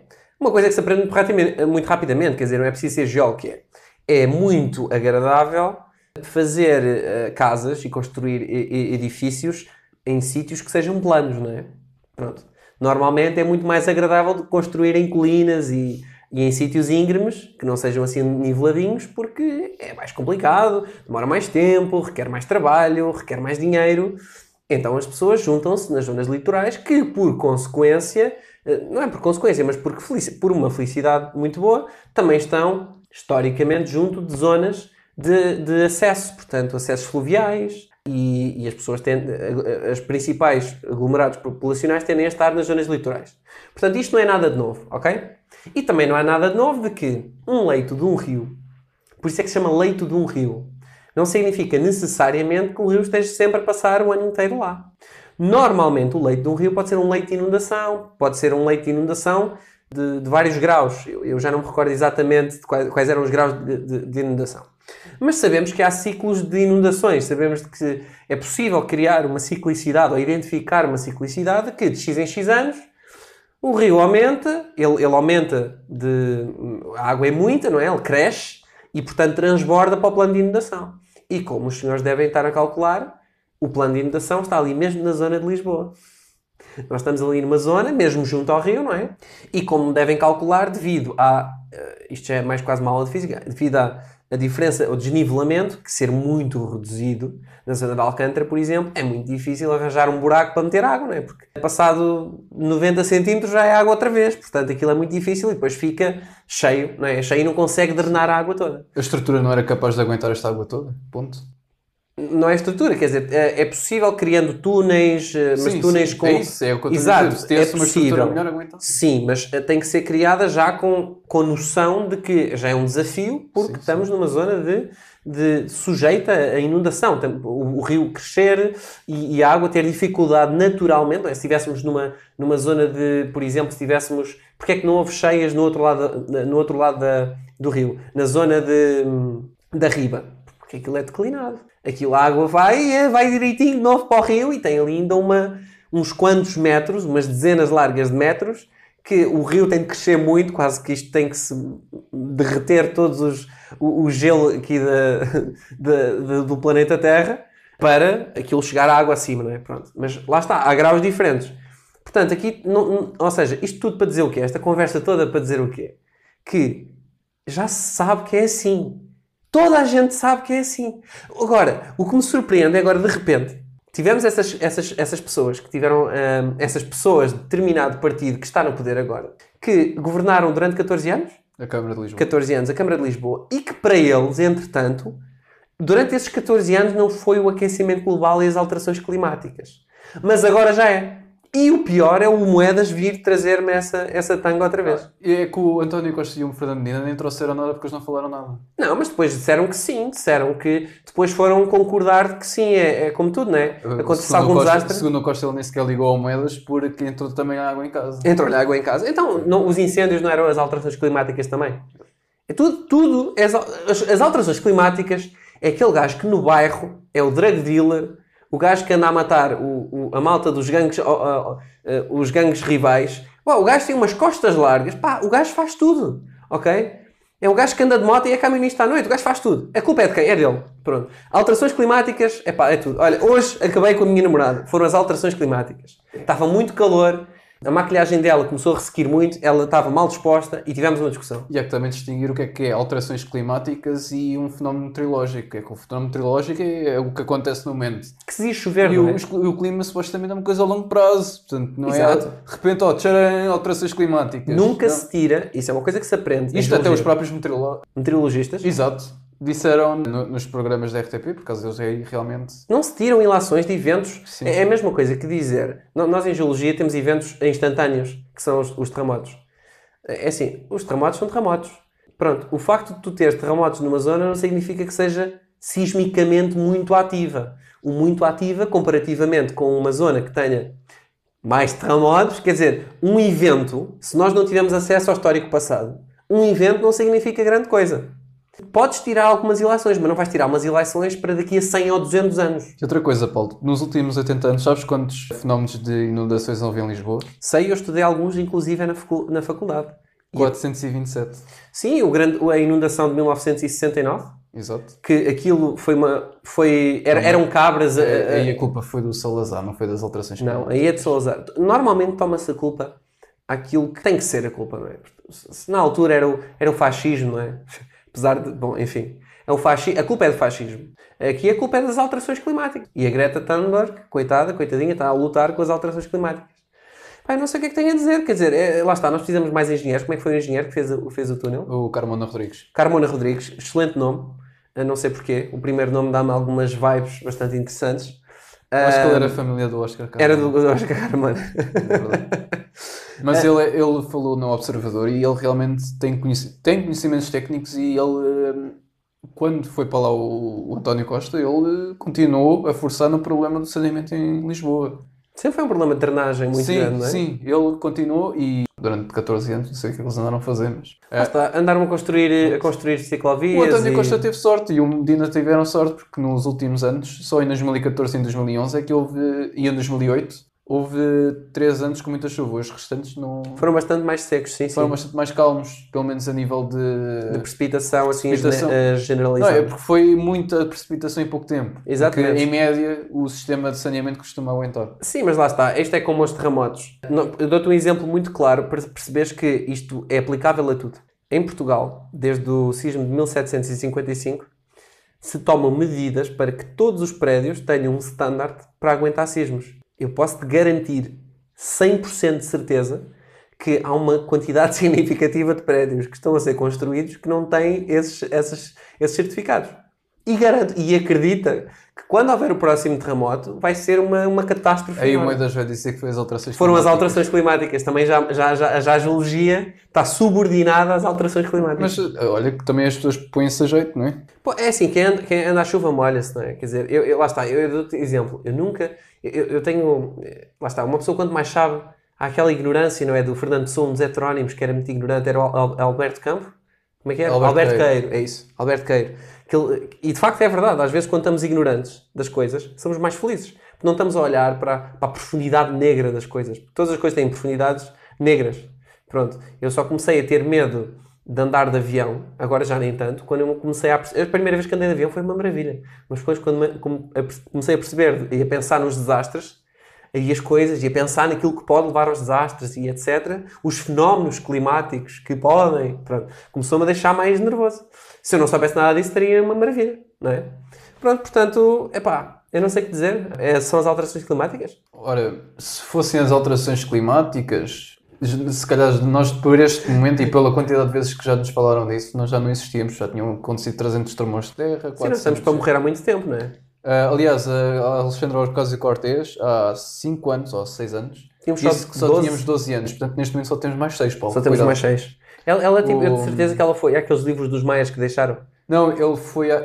muito rapidamente, quer dizer, não é preciso ser geólogo, que é muito agradável fazer casas e construir edifícios em sítios que sejam planos, não é? Pronto. Normalmente é muito mais agradável de construir em colinas e em sítios íngremes, que não sejam assim niveladinhos, porque é mais complicado, demora mais tempo, requer mais trabalho, requer mais dinheiro. Então as pessoas juntam-se nas zonas litorais que, por consequência, não é por consequência, mas por uma felicidade muito boa, também estão, historicamente, junto de zonas de acesso, portanto, acessos fluviais, e as pessoas os principais aglomerados populacionais tendem a estar nas zonas litorais. Portanto, isto não é nada de novo, ok? E também não há nada de novo de que um leito de um rio, por isso é que se chama leito de um rio, não significa necessariamente que o rio esteja sempre a passar o ano inteiro lá. Normalmente o leito de um rio pode ser um leito de inundação, pode ser um leito de inundação de vários graus. Eu já não me recordo exatamente de quais eram os graus de inundação. Mas sabemos que há ciclos de inundações, sabemos que é possível criar uma ciclicidade ou identificar uma ciclicidade que de X em X anos o rio aumenta, ele aumenta a água é muita, não é? Ele cresce e, portanto, transborda para o plano de inundação. E como os senhores devem estar a calcular, o plano de inundação está ali mesmo na zona de Lisboa. Nós estamos ali numa zona, mesmo junto ao rio, não é? E como devem calcular, devido isto já é mais quase uma aula de física, devido à diferença, ao desnivelamento, que ser muito reduzido na zona de Alcântara, por exemplo, é muito difícil arranjar um buraco para meter água, não é? Porque passado 90 centímetros já é água outra vez, portanto aquilo é muito difícil e depois fica cheio, não é? Cheio e não consegue drenar a água toda. A estrutura não era capaz de aguentar esta água toda? Ponto. Não é estrutura, quer dizer, é possível criando túneis, mas sim, túneis sim, com... É isso, é o que eu estou Exato, a dizer. Se tivesse uma estrutura melhor, aguenta. Sim, mas tem que ser criada já com noção de que já é um desafio, porque estamos numa zona de sujeita à inundação. O rio crescer e a água ter dificuldade naturalmente, não é? Se estivéssemos numa zona de, por exemplo, se tivéssemos... Porque é que não houve cheias no outro lado do rio? Na zona da riba. Porque aquilo é declinado. Aquilo, a água vai direitinho de novo para o rio e tem ali ainda uns quantos metros, umas dezenas largas de metros, que o rio tem de crescer muito, quase que isto tem que se derreter todos o gelo aqui do planeta Terra para aquilo chegar à água acima, não é? Pronto. Mas lá está, há graus diferentes. Portanto, aqui, ou seja, isto tudo para dizer o quê? Esta conversa toda para dizer o quê? Que já se sabe que é assim. Toda a gente sabe que é assim. Agora, o que me surpreende é agora, de repente, tivemos essas pessoas que tiveram, essas pessoas de determinado partido que está no poder agora, que governaram durante 14 anos? A Câmara de Lisboa. 14 anos, a Câmara de Lisboa, e que para eles, entretanto, durante esses 14 anos não foi o aquecimento global e as alterações climáticas. Mas agora já é. E o pior é o Moedas vir trazer-me essa tanga outra vez. E é que o António Costa e o Fernando Medina nem trouxeram nada porque eles não falaram nada. Não, mas depois disseram que sim. Disseram que depois foram concordar que sim. É como tudo, não é? Acontece algum desastre. Segundo o Costa, ele nem sequer ligou ao Moedas porque entrou também a água em casa. Entrou-lhe água em casa. Então, os incêndios não eram as alterações climáticas também? É tudo. As alterações climáticas é aquele gajo que no bairro é o drug dealer, o gajo que anda a matar a malta dos gangues, os gangues rivais. O gajo tem umas costas largas. Pá, o gajo faz tudo. Ok? É o gajo que anda de moto e é camionista à noite. O gajo faz tudo. A culpa é de quem? É dele. Pronto. Alterações climáticas, é tudo. Olha, hoje acabei com a minha namorada. Foram as alterações climáticas. Estava muito calor. A maquilhagem dela começou a ressequir muito, ela estava mal disposta e tivemos uma discussão. E há que também distinguir o que é alterações climáticas e um fenómeno meteorológico. O fenómeno meteorológico é o que acontece no momento. Que se diz chover, e não é? o clima supostamente é uma coisa a longo prazo. Portanto, não Exato. é de repente, tcharam, alterações climáticas. Nunca se tira, isso é uma coisa que se aprende. Isto até os próprios meteorologistas. Exato. disseram nos programas da RTP, por causa deles aí realmente... Não se tiram ilações de eventos. Sim. É a mesma coisa que dizer... Nós em geologia temos eventos instantâneos, que são os terremotos. É assim, os terremotos são terremotos. Pronto, o facto de tu teres terremotos numa zona não significa que seja sismicamente muito ativa. O muito ativa, comparativamente com uma zona que tenha mais terremotos, quer dizer, um evento, se nós não tivermos acesso ao histórico passado, um evento não significa grande coisa. Podes tirar algumas ilações, mas não vais tirar umas ilações para daqui a 100 ou 200 anos. E outra coisa, Paulo, nos últimos 80 anos, sabes quantos fenómenos de inundações houve em Lisboa? Sei, eu estudei alguns, inclusive, na faculdade. 427. Sim, a inundação de 1969, Exato. que aquilo eram cabras... Aí a culpa foi do Salazar, não foi das alterações Não, climáticas. aí é de Salazar. Normalmente toma-se a culpa àquilo que tem que ser a culpa, não é? Se na altura era o fascismo, não é? Apesar de... Bom, enfim. A culpa é do fascismo. Aqui a culpa é das alterações climáticas. E a Greta Thunberg, coitadinha, está a lutar com as alterações climáticas. Pai, não sei o que é que tenho a dizer. Quer dizer, lá está, nós precisamos de mais engenheiros. Como é que foi o engenheiro que fez o túnel? O Carmona Rodrigues. Carmona Rodrigues. Excelente nome. Não sei porquê. O primeiro nome dá-me algumas vibes bastante interessantes. Acho que ele era a família do Oscar Carmona. Era do Oscar Carmona. É verdade. Mas ele falou no Observador e ele realmente tem conhecimentos técnicos e ele, quando foi para lá o António Costa, ele continuou a forçar no problema do saneamento em Lisboa. Sempre foi um problema de drenagem muito grande, não é? Sim, ele continuou e durante 14 anos, não sei o que eles andaram a fazer, mas... Andaram a construir ciclovias. O António Costa teve sorte e o Medina tiveram sorte porque nos últimos anos, só em 2014 e em 2011 é que e em 2008, houve 3 anos com muita chuva. Os restantes não... Foram bastante mais secos, sim. Foram bastante mais calmos, pelo menos a nível de precipitação, assim, Não, generalizada. é porque foi muita precipitação em pouco tempo. Exatamente. Porque, em média, o sistema de saneamento costuma aguentar. Sim, mas lá está. Este é como os terremotos. Eu dou-te um exemplo muito claro para perceberes que isto é aplicável a tudo. Em Portugal, desde o sismo de 1755, se tomam medidas para que todos os prédios tenham um standard para aguentar sismos. Eu posso-te garantir 100% de certeza que há uma quantidade significativa de prédios que estão a ser construídos que não têm esses certificados. E garanto, e acredita que quando houver o próximo terremoto vai ser uma catástrofe. Aí o Moedas vai dizer que foi as alterações Foram as climáticas. alterações climáticas. Também já a geologia está subordinada às alterações climáticas. Mas olha que também as pessoas põem-se a jeito, não é? Pô, é assim, quem anda à chuva molha-se, não é? Quer dizer, lá está, eu dou-te exemplo. Eu tenho... Lá está, uma pessoa quanto mais sabe, há aquela ignorância, não é? Do Fernando Pessoa, um dos heterónimos que era muito ignorante, era o Alberto Campo. Como é que é? Alberto Queiro. É isso, Alberto Queiro. E de facto é verdade, às vezes quando estamos ignorantes das coisas, somos mais felizes. Porque não estamos a olhar para a profundidade negra das coisas. Porque todas as coisas têm profundidades negras. Pronto, eu só comecei a ter medo de andar de avião, agora já nem tanto, quando eu comecei a primeira vez que andei de avião foi uma maravilha. Mas depois quando comecei a perceber e a pensar nos desastres, e as coisas, e a pensar naquilo que pode levar aos desastres e etc. Os fenómenos climáticos que podem... Pronto, começou-me a deixar mais nervoso. Se eu não soubesse nada disso, teria uma maravilha, não é? Pronto, portanto, eu não sei o que dizer. São as alterações climáticas? Ora, se fossem as alterações climáticas, se calhar nós por este momento e pela quantidade de vezes que já nos falaram disso, nós já não existíamos, já tinham acontecido 300 tremores de terra, 400... Sim, nós estamos para morrer há muito tempo, não é? Aliás, a Alexandra Ocasio-Cortez, há 5 anos ou 6 anos, disse que só tínhamos 12 anos. Portanto, neste momento só temos mais 6, Paulo. Só temos mais 6. Ela tipo, eu tenho certeza que ela foi àqueles livros dos maias que deixaram. Não, ela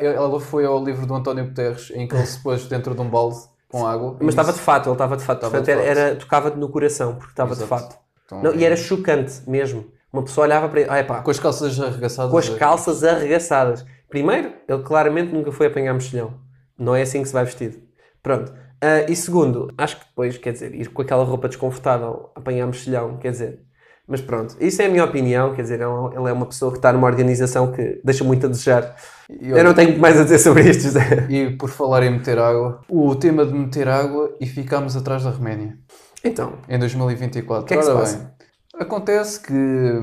foi ao livro do António Guterres, em que ele se pôs dentro de um balde com água. Mas estava de fato, ele estava de fato. Portanto, tocava-te no coração, porque estava de fato. Então, não, e era chocante mesmo. Uma pessoa olhava para ele... com as calças arregaçadas. Com as calças arregaçadas. Primeiro, ele claramente nunca foi apanhar mexilhão. Não é assim que se vai vestido. Pronto. E segundo, acho que depois, quer dizer, ir com aquela roupa desconfortável, apanhar mexilhão, quer dizer... Mas pronto, isso é a minha opinião, quer dizer, ele é uma pessoa que está numa organização que deixa muito a desejar. Eu não tenho muito mais a dizer sobre isto, José. E por falar em meter água, o tema de meter água e ficámos atrás da Roménia. Então? Em 2024. O que é que se passa? Bem, acontece que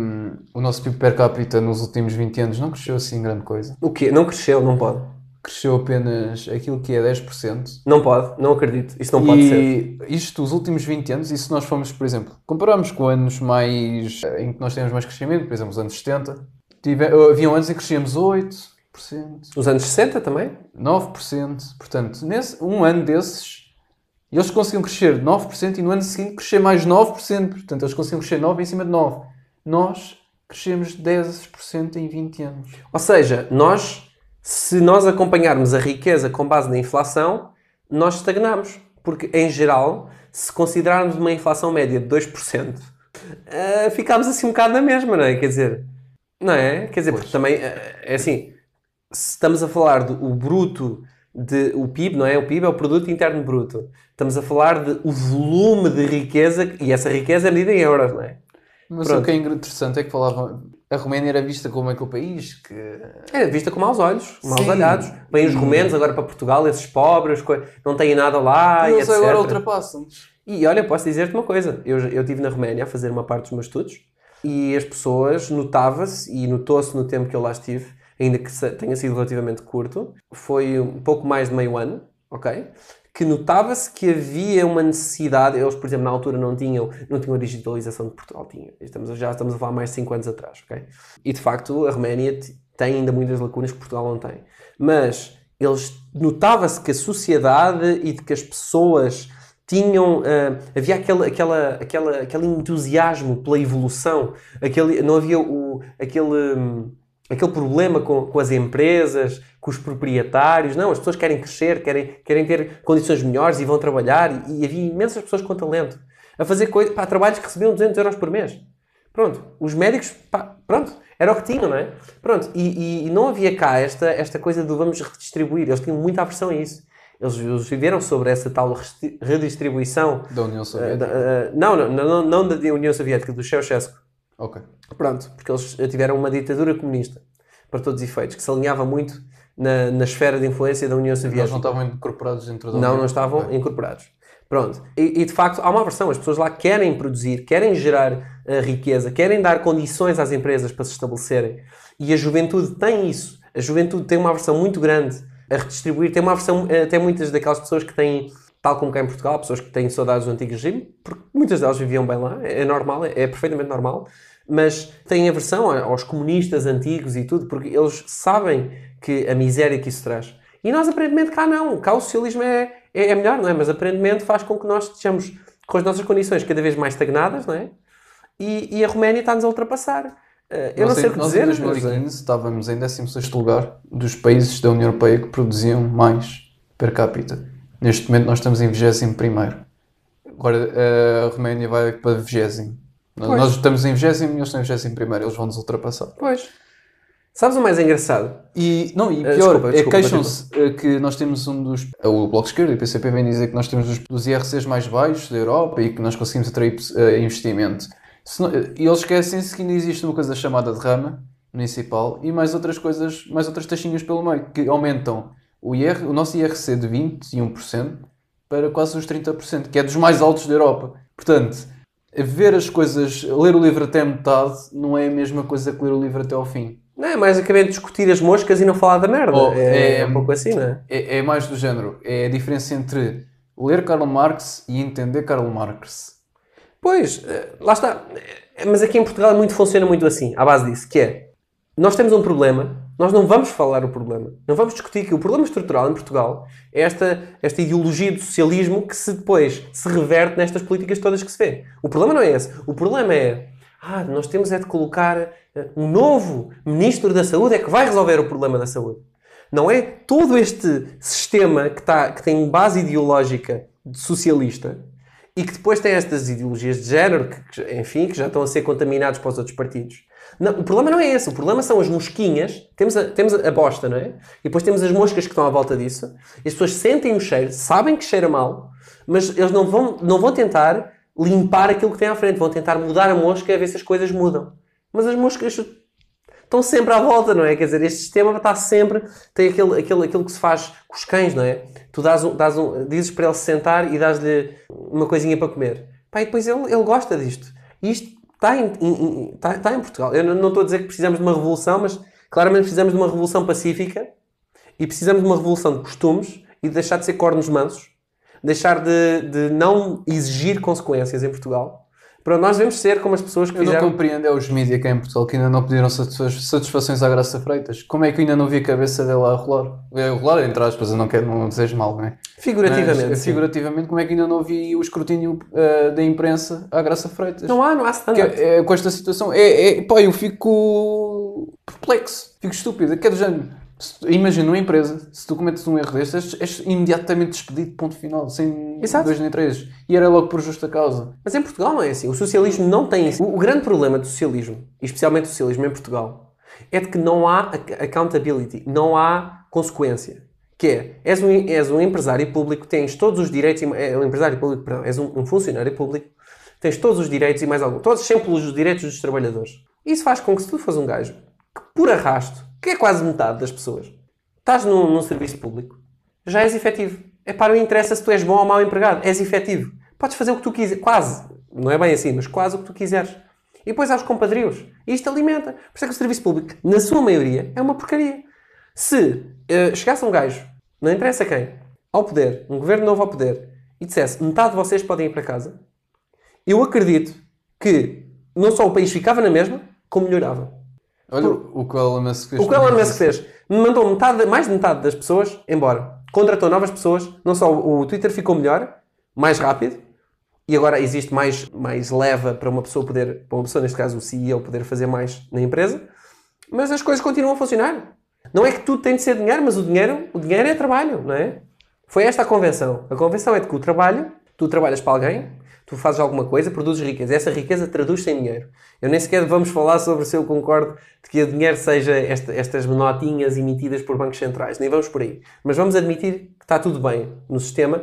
o nosso PIB per capita nos últimos 20 anos não cresceu assim grande coisa. O quê? Não cresceu, não pode. Cresceu apenas aquilo que é 10%. Não pode, não acredito. Isso não pode ser. E isto, os últimos 20 anos, e se nós formos, por exemplo, compararmos com anos mais em que nós temos mais crescimento, por exemplo, os anos 70, haviam anos em que crescíamos 8%, Nos anos 60 também? 9%. Portanto, um ano desses, eles conseguiam crescer 9% e no ano seguinte crescer mais 9%. Portanto, eles conseguiam crescer 9 em cima de 9. Nós crescemos 10% em 20 anos. Ou seja, se nós acompanharmos a riqueza com base na inflação, nós estagnamos. Porque, em geral, se considerarmos uma inflação média de 2%, ficámos assim um bocado na mesma, não é? Quer dizer, não é? Quer dizer, porque também, é assim, se estamos a falar do bruto, o PIB, não é? O PIB é o Produto Interno Bruto. Estamos a falar do volume de riqueza, e essa riqueza é medida em euros, não é? Mas o que é interessante é que falavam... A Roménia era vista como aquele país que... Era vista com maus olhos, maus olhados. Vêm os romenos agora para Portugal, esses pobres, não têm nada lá, e eles etc. agora ultrapassam-nos. E olha, posso dizer-te uma coisa. Eu estive na Roménia a fazer uma parte dos meus estudos e as pessoas, notava-se, e notou-se no tempo que eu lá estive, ainda que tenha sido relativamente curto, foi um pouco mais de meio ano, ok? Que notava-se que havia uma necessidade. Eles, por exemplo, na altura não tinham a digitalização de Portugal. Já estamos a falar mais de 5 anos atrás, ok? E, de facto, a Roménia tem ainda muitas lacunas que Portugal não tem. Mas notava-se que a sociedade e de que as pessoas tinham... havia aquele entusiasmo pela evolução. Não havia aquele problema com as empresas, com os proprietários. Não, as pessoas querem crescer, querem ter condições melhores e vão trabalhar. E havia imensas pessoas com talento a fazer trabalhos que recebiam 200 euros por mês. Pronto. Os médicos, pronto, era o que tinham, não é? Pronto. E não havia cá esta coisa do vamos redistribuir. Eles tinham muita aversão a isso. Eles viveram sobre essa tal redistribuição... Da União Soviética? Não da União Soviética, do Ceausescu. Ok. Pronto, porque eles tiveram uma ditadura comunista, para todos os efeitos, que se alinhava muito na esfera de influência da União Soviética. Eles não estavam incorporados dentro da União? Não estavam incorporados. Pronto. E de facto há uma aversão. As pessoas lá querem produzir, querem gerar riqueza, querem dar condições às empresas para se estabelecerem. E a juventude tem isso. A juventude tem uma aversão muito grande a redistribuir. Tem uma aversão, até muitas daquelas pessoas que têm, tal como cá em Portugal, pessoas que têm saudades do antigo regime, porque muitas delas viviam bem lá, é normal, é perfeitamente normal, mas têm aversão aos comunistas antigos e tudo, porque eles sabem que a miséria que isso traz. E nós, aparentemente, cá não. Cá o socialismo é melhor, não é? Mas, aparentemente, faz com que nós estejamos com as nossas condições cada vez mais estagnadas, não é? E a Roménia está-nos a ultrapassar. Eu não sei o que dizer. Nós, em 2015, estávamos em 16º lugar dos países da União Europeia que produziam mais per capita. Neste momento, nós estamos em 21º. Agora, a Roménia vai para 20º. Nós estamos em 20º e eles estão em 21º. Eles vão nos ultrapassar. Pois. Sabes o mais engraçado? E pior, queixam-se que nós temos o Bloco de Esquerda e o PCP vem dizer que nós temos dos IRCs mais baixos da Europa e que nós conseguimos atrair investimento. E eles esquecem-se que ainda existe uma coisa chamada derrama municipal e mais outras coisas, mais outras taxinhas pelo meio, que aumentam o nosso IRC de 21% para quase os 30%, que é dos mais altos da Europa. Portanto, ver as coisas, ler o livro até metade, não é a mesma coisa que ler o livro até ao fim. Não, é mais acabei de discutir as moscas e não falar da merda. É um pouco assim, não é? É mais do género. É a diferença entre ler Karl Marx e entender Karl Marx. Pois, lá está. Mas aqui em Portugal funciona muito assim, à base disso, que é, nós temos um problema, nós não vamos falar o problema. Não vamos discutir que o problema estrutural em Portugal é esta ideologia do socialismo que depois se reverte nestas políticas todas que se vê. O problema não é esse. O problema é, nós temos de colocar um novo Ministro da Saúde é que vai resolver o problema da saúde. Não é todo este sistema que tem base ideológica socialista e que depois tem estas ideologias de género que já estão a ser contaminados para os outros partidos. Não, o problema não é esse. O problema são as mosquinhas. Temos a bosta, não é? E depois temos as moscas que estão à volta disso. E as pessoas sentem o cheiro, sabem que cheira mal, mas eles não vão tentar limpar aquilo que tem à frente. Vão tentar mudar a mosca a ver se as coisas mudam. Mas as moscas estão sempre à volta, não é? Quer dizer, este sistema está sempre... Tem aquilo que se faz com os cães, não é? Tu dizes para ele se sentar e dás-lhe uma coisinha para comer. E depois ele gosta disto. E isto está em Portugal. Eu não estou a dizer que precisamos de uma revolução, mas claramente precisamos de uma revolução pacífica e precisamos de uma revolução de costumes e de deixar de ser cornos mansos, deixar de não exigir consequências em Portugal. Pronto, nós devemos ser como as pessoas que Eu não fizeram... compreendo os mídias cá em Portugal que ainda não pediram satisfações à Graça Freitas. Como é que eu ainda não vi a cabeça dela a rolar? A rolar, entre aspas, eu não quero, não desejo mal, não é? Figurativamente. Mas, sim. figurativamente, como é que ainda não vi o escrutínio da imprensa à Graça Freitas? Não há standard. Com esta situação, pá, eu fico perplexo, fico estúpido. Que é do género. Imagina uma empresa, se tu cometes um erro destes, és imediatamente despedido, ponto final, sem Exato. 2 nem 3. E era logo por justa causa. Mas em Portugal não é assim. O socialismo não tem isso. O grande problema do socialismo, e especialmente do socialismo em Portugal, é de que não há accountability, não há consequência. Que é, és um empresário público, tens todos os direitos, um empresário público, perdão, és um funcionário público, tens todos os direitos e mais algum, todos sempre os direitos dos trabalhadores. Isso faz com que se tu fores um gajo que por arrasto, que é quase metade das pessoas, estás num serviço público, já és efetivo. Não interessa se tu és bom ou mau empregado, és efetivo. Podes fazer o que tu quiseres, quase, não é bem assim, mas quase o que tu quiseres. E depois há os compadrios. E isto alimenta. Por isso é que o serviço público, na sua maioria, é uma porcaria. Se chegasse um gajo, não interessa quem, ao poder, um governo novo ao poder, e dissesse metade de vocês podem ir para casa, eu acredito que não só o país ficava na mesma, como melhorava. Olha o que o Elon Musk fez. O que o Elon Musk fez? Mandou mais de metade das pessoas embora. Contratou novas pessoas. Não só o Twitter ficou melhor, mais rápido, e agora existe mais leva para uma pessoa neste caso o CEO, poder fazer mais na empresa, mas as coisas continuam a funcionar. Não é que tudo tem de ser dinheiro, mas o dinheiro é trabalho, não é? Foi esta a convenção. A convenção é de que o trabalho, tu trabalhas para alguém, tu fazes alguma coisa, produzes riqueza. Essa riqueza traduz-se em dinheiro. Eu nem sequer vamos falar sobre se eu concordo de que o dinheiro seja estas notinhas emitidas por bancos centrais. Nem vamos por aí. Mas vamos admitir que está tudo bem no sistema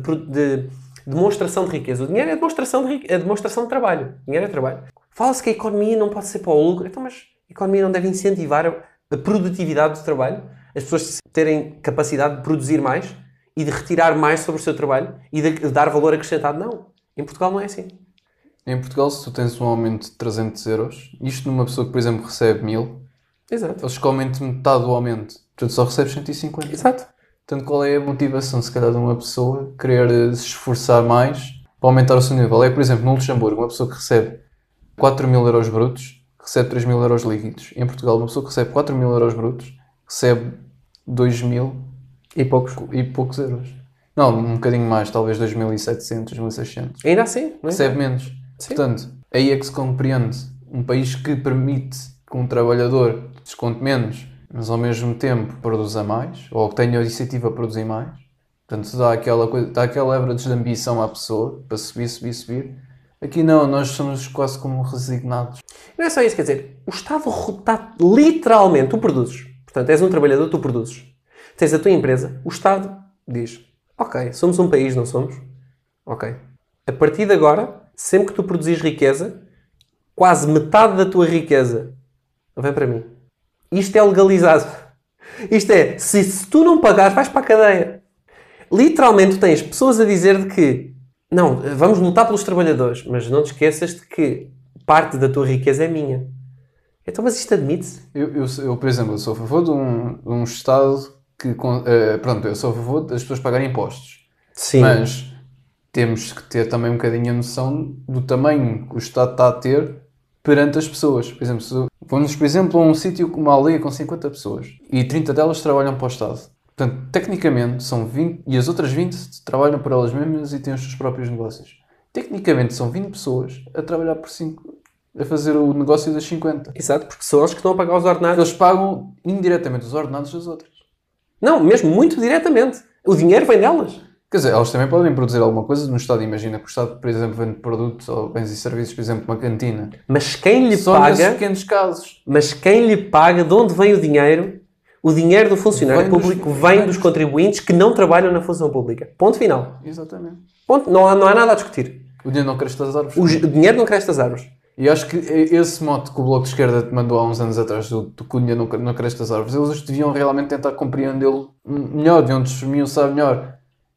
de demonstração de riqueza. O dinheiro é demonstração de trabalho. O dinheiro é trabalho. Fala-se que a economia não pode ser para o lucro. Então, mas a economia não deve incentivar a produtividade do trabalho? As pessoas terem capacidade de produzir mais e de retirar mais sobre o seu trabalho e de dar valor acrescentado? Não. Em Portugal não é assim. Em Portugal, se tu tens um aumento de 300 euros, isto numa pessoa que, por exemplo, recebe 1000, Exato. eles que aumentam metade do aumento. Portanto, só recebes 150. Exato. Portanto, qual é a motivação, se calhar, de uma pessoa querer se esforçar mais para aumentar o seu nível? É, por exemplo, no Luxemburgo, uma pessoa que recebe 4.000 euros brutos, recebe 3.000 euros líquidos. Em Portugal, uma pessoa que recebe 4.000 euros brutos, recebe 2.000 e poucos euros. Não, um bocadinho mais, talvez 2.700, 2.600. Ainda assim, não é? Recebe menos. Sim. Portanto, aí é que se compreende um país que permite que um trabalhador desconte menos, mas ao mesmo tempo produza mais, ou que tenha a iniciativa a produzir mais. Portanto, dá aquela leverage de ambição à pessoa para subir. Aqui não, nós somos quase como resignados. Não é só isso, quer dizer, o Estado está literalmente, tu produzes. Portanto, és um trabalhador, tu produzes. Tens a tua empresa, o Estado diz, ok, somos um país, não somos? Ok. A partir de agora, sempre que tu produzis riqueza, quase metade da tua riqueza vem para mim. Isto é legalizado. Isto é, se tu não pagares, vais para a cadeia. Literalmente tens pessoas a dizer de que não, vamos lutar pelos trabalhadores, mas não te esqueças de que parte da tua riqueza é minha. Então, mas isto admite-se? Eu, por exemplo, sou a favor de um Estado que... pronto, eu sou a favor das pessoas pagarem impostos. Sim. Mas temos que ter também um bocadinho a noção do tamanho que o Estado está a ter perante as pessoas. Por exemplo, vamos, por exemplo, a um sítio com uma aldeia com 50 pessoas e 30 delas trabalham para o Estado. Portanto, tecnicamente são 20 e as outras 20 trabalham por elas mesmas e têm os seus próprios negócios. Tecnicamente são 20 pessoas a trabalhar por 5, a fazer o negócio das 50. Exato, porque são eles que estão a pagar os ordenados. Eles pagam indiretamente os ordenados das outras. Não, mesmo muito diretamente. O dinheiro vem delas. Quer dizer, elas também podem produzir alguma coisa no Estado. Imagina que o Estado, por exemplo, vende produtos ou bens e serviços, por exemplo, uma cantina. Mas quem lhe Só paga... nesses pequenos casos. Mas quem lhe paga, de onde vem o dinheiro? O dinheiro do funcionário público vem dos contribuintes que não trabalham na função pública. Ponto final. Exatamente. Ponto. Não há nada a discutir. O dinheiro não cresce das árvores. O dinheiro não cresce das árvores. E acho que esse mote que o Bloco de Esquerda te mandou há uns anos atrás, do que o dinheiro não cresce das árvores, eles deviam realmente tentar compreendê-lo melhor, deviam desmiuçar melhor.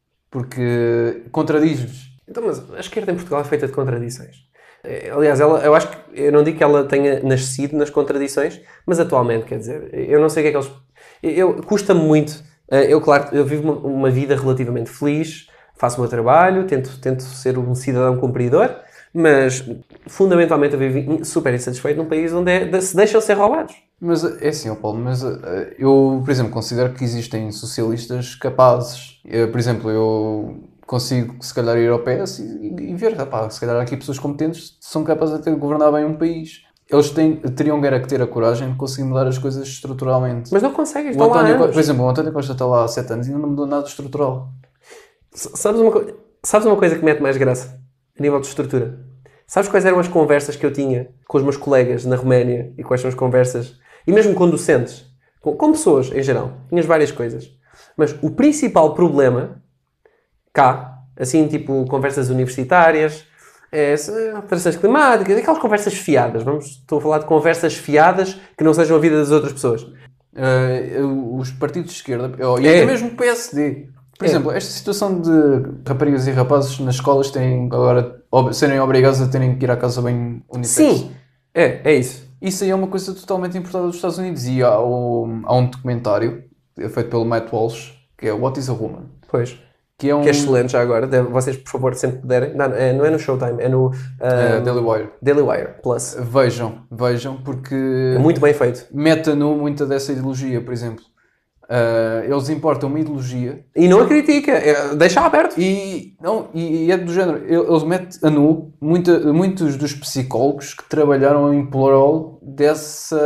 Porque contradiz-lhes. Então, mas a esquerda em Portugal é feita de contradições. Aliás, eu acho que... Eu não digo que ela tenha nascido nas contradições, mas atualmente, quer dizer, eu não sei o que é que eles... Custa-me muito. Claro, eu vivo uma vida relativamente feliz, faço o meu trabalho, tento ser um cidadão cumpridor, Mas, fundamentalmente, eu vivo super insatisfeito num país onde se deixam ser roubados. Mas é assim, ó Paulo, mas eu, por exemplo, considero que existem socialistas capazes. Por exemplo, eu consigo, se calhar, ir ao PS e ver, se calhar há aqui pessoas competentes que são capazes de governar bem um país. Eles teriam que ter a coragem de conseguir mudar as coisas estruturalmente. Mas não conseguem, estão lá há anos. Por exemplo, o António Costa está lá há 7 anos e ainda não mudou nada estrutural. Sabes uma coisa que mete mais graça? A nível de estrutura. Sabes quais eram as conversas que eu tinha com os meus colegas na Roménia? E quais são as conversas? E mesmo com docentes. Com pessoas, em geral. Tinhas várias coisas. Mas o principal problema, cá, assim, tipo conversas universitárias... alterações climáticas, aquelas conversas fiadas. Estou a falar de conversas fiadas que não sejam a vida das outras pessoas. Os partidos de esquerda, e até mesmo o PSD. Por exemplo, esta situação de raparigas e rapazes nas escolas têm agora serem obrigados a terem que ir à casa bem unissex. Sim, é isso. Isso aí é uma coisa totalmente importada dos Estados Unidos. E há um documentário feito pelo Matt Walsh, que é What is a Woman? Pois. Que é Que é excelente já agora. Vocês, por favor, sempre puderem. Não é no Showtime, é no Daily Wire. Daily Wire Plus. Vejam, porque É muito bem feito. mete a nu muita dessa ideologia, por exemplo. Eles importam uma ideologia E não a critica, deixa aberto. e é do género. Eles metem a nu muitos dos psicólogos que trabalharam em prol dessa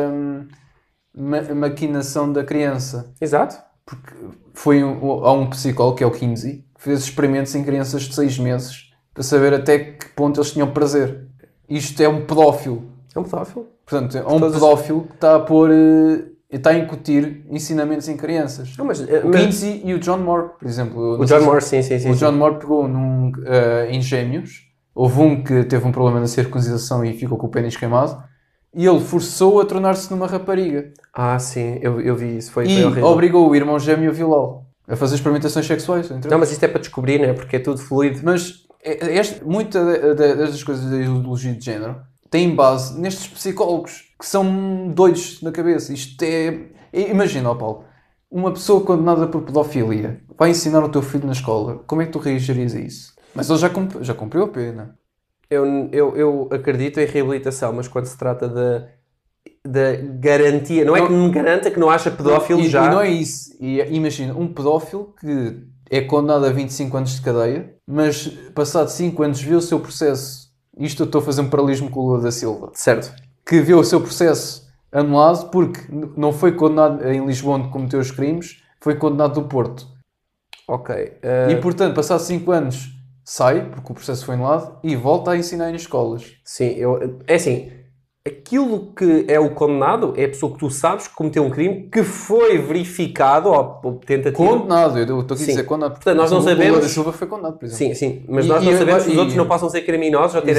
maquinação da criança. Exato. Porque há um psicólogo, que é o Kinsey, que fez experimentos em crianças de 6 meses para saber até que ponto eles tinham prazer. Isto é um pedófilo. É um pedófilo. Portanto, é um pedófilo que está a incutir ensinamentos em crianças. Não, O Kinsey e o John Moore, por exemplo. O John Moore, sim. O John Moore pegou em gêmeos. Houve um que teve um problema na circuncisação e ficou com o pênis queimado. E ele forçou a tornar-se numa rapariga. Ah, sim, eu vi isso. Foi E horrível. obrigou o irmão gêmeo a violá-lo. A fazer experimentações sexuais. Não, mas isto é para descobrir, não é? Porque é tudo fluido. Mas muita destas coisas da ideologia de género tem base nestes psicólogos que são doidos na cabeça. Isto imagina, Paulo, uma pessoa condenada por pedofilia vai ensinar o teu filho na escola. Como é que tu reagirias a isso? Mas ele já cumpriu a pena. Eu acredito em reabilitação, mas quando se trata da garantia, não é que me garanta que não haja pedófilo já. E não é isso. E imagina, um pedófilo que é condenado a 25 anos de cadeia, mas passado 5 anos viu o seu processo. Isto eu estou a fazer um paralelismo com o Lula da Silva. Certo. Que viu o seu processo anulado porque não foi condenado em Lisboa onde cometeu os crimes, foi condenado do Porto. Ok. E portanto, passados 5 anos, sai, porque o processo foi anulado, e volta a ensinar em escolas. Sim, é assim, aquilo que é o condenado é a pessoa que tu sabes que cometeu um crime que foi verificado, ou tentativa... Condenado, eu estou aqui a dizer condenado. Portanto, nós não sabemos... O Lula da Silva foi condenado, por exemplo. Sim, mas nós não sabemos que os outros não possam ser criminosos ou ter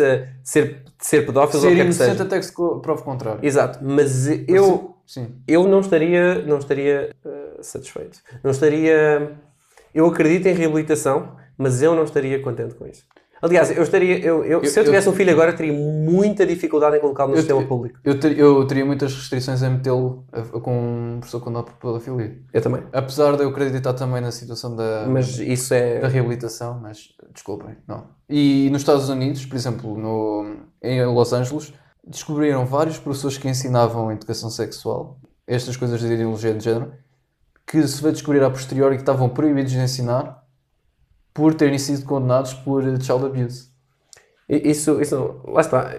ser pedófilos ou o que é que seja. Ser inocente até que se prove o contrário. Exato, mas eu não estaria satisfeito. Não estaria... Eu acredito em reabilitação, mas eu não estaria contente com isso. Aliás, se eu tivesse um filho agora, teria muita dificuldade em colocá-lo no sistema público. Eu teria muitas restrições em metê-lo com um professor condenado por pedofilia. Eu também. Apesar de eu acreditar também na situação da reabilitação, mas desculpem, não. E nos Estados Unidos, por exemplo, em Los Angeles, descobriram vários professores que ensinavam educação sexual, estas coisas de ideologia de género, que se veio descobrir a posteriori que estavam proibidos de ensinar por terem sido condenados por child abuse. Isso lá está.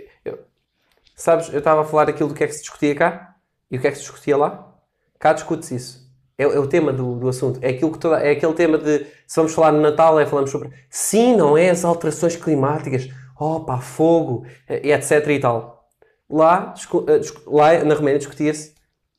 Sabes, eu estava a falar aquilo do que é que se discutia cá e o que é que se discutia lá. Cá discute-se isso. É o tema do assunto. É aquele tema de, se vamos falar no Natal, falamos sobre, sim, não é as alterações climáticas, fogo, e etc e tal. Lá na Roménia discutia-se,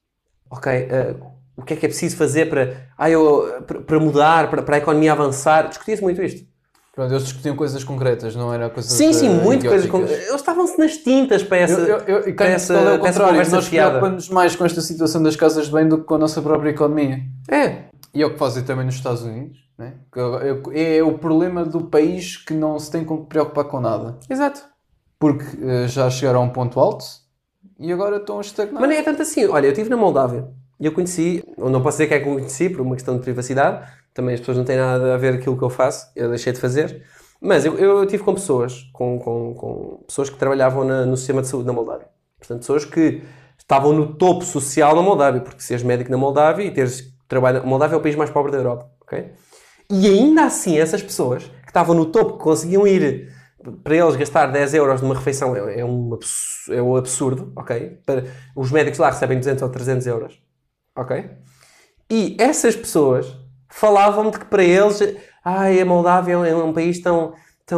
o que é preciso fazer para mudar, para a economia avançar? Discutia-se muito isto. Pronto, eles discutiam coisas concretas, não era coisas Sim, muito coisas concretas. Eles estavam-se nas tintas para essa conversa nós preocupamos mais com esta situação das casas de bem do que com a nossa própria economia. E é o que fazem também nos Estados Unidos. Né? É o problema do país que não se tem que preocupar com nada. Exato. Porque já chegaram a um ponto alto e agora estão a estagnar. Mas não é tanto assim. Olha, eu estive na Moldávia. E eu conheci, não posso dizer que é que eu conheci por uma questão de privacidade, também as pessoas não têm nada a ver com aquilo que eu faço, eu deixei de fazer, Mas eu tive com pessoas, com pessoas que trabalhavam no sistema de saúde na Moldávia. Portanto, pessoas que estavam no topo social na Moldávia, porque seres médico na Moldávia e teres trabalho... A Moldávia é o país mais pobre da Europa, ok? E ainda assim, essas pessoas que estavam no topo, que conseguiam ir... Para eles gastar 10 euros numa refeição é um absurdo, ok? Os médicos lá recebem 200 ou 300 euros, ok? E essas pessoas falavam de que para eles... a Moldávia é um país tão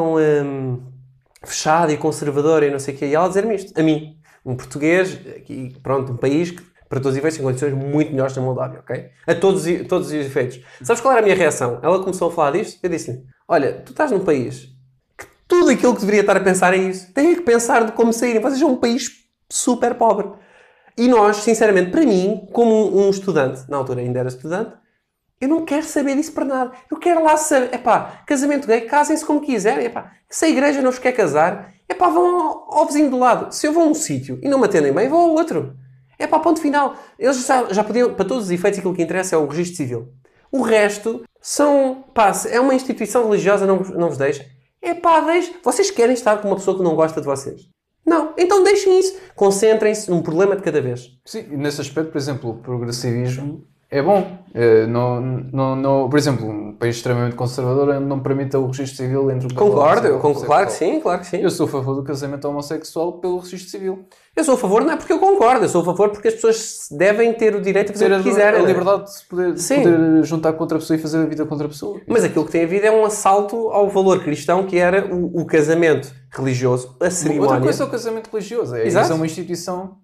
fechado e conservador e não sei o quê. E ela dizer-me isto, a mim, um português, e pronto, um país que, para todos os efeitos, tem condições muito melhores na Moldávia, ok? A todos os efeitos. Sabes qual era a minha reação? Ela começou a falar disto, eu disse-lhe, olha, tu estás num país que tudo aquilo que deveria estar a pensar é isso. Tem que pensar de como saírem. Vocês são um país super pobre. E nós, sinceramente, para mim, como um estudante, na altura ainda era estudante, eu não quero saber disso para nada. Eu quero lá saber, casamento gay, casem-se como quiserem, se a igreja não vos quer casar, vão ao vizinho do lado. Se eu vou a um sítio e não me atendem bem, vou ao outro. Ponto final. Eles já podiam, para todos os efeitos, aquilo que interessa é o registro civil. O resto é uma instituição religiosa, não vos deixa. Vocês querem estar com uma pessoa que não gosta de vocês? Não. Então deixem isso. Concentrem-se num problema de cada vez. Sim, nesse aspecto, por exemplo, o progressivismo é bom. Por exemplo, um país extremamente conservador não permite o registro civil entre o Concordo, claro que sim. Eu sou a favor do casamento homossexual pelo registro civil. Eu sou a favor, não é porque eu concordo, eu sou a favor porque as pessoas devem ter o direito de fazer o que quiserem. A liberdade de se poder juntar com outra pessoa e fazer a vida com outra pessoa. Mas aquilo que tem havido é um assalto ao valor cristão, que era o casamento religioso, a cerimónia. Outra coisa é o casamento religioso, é uma instituição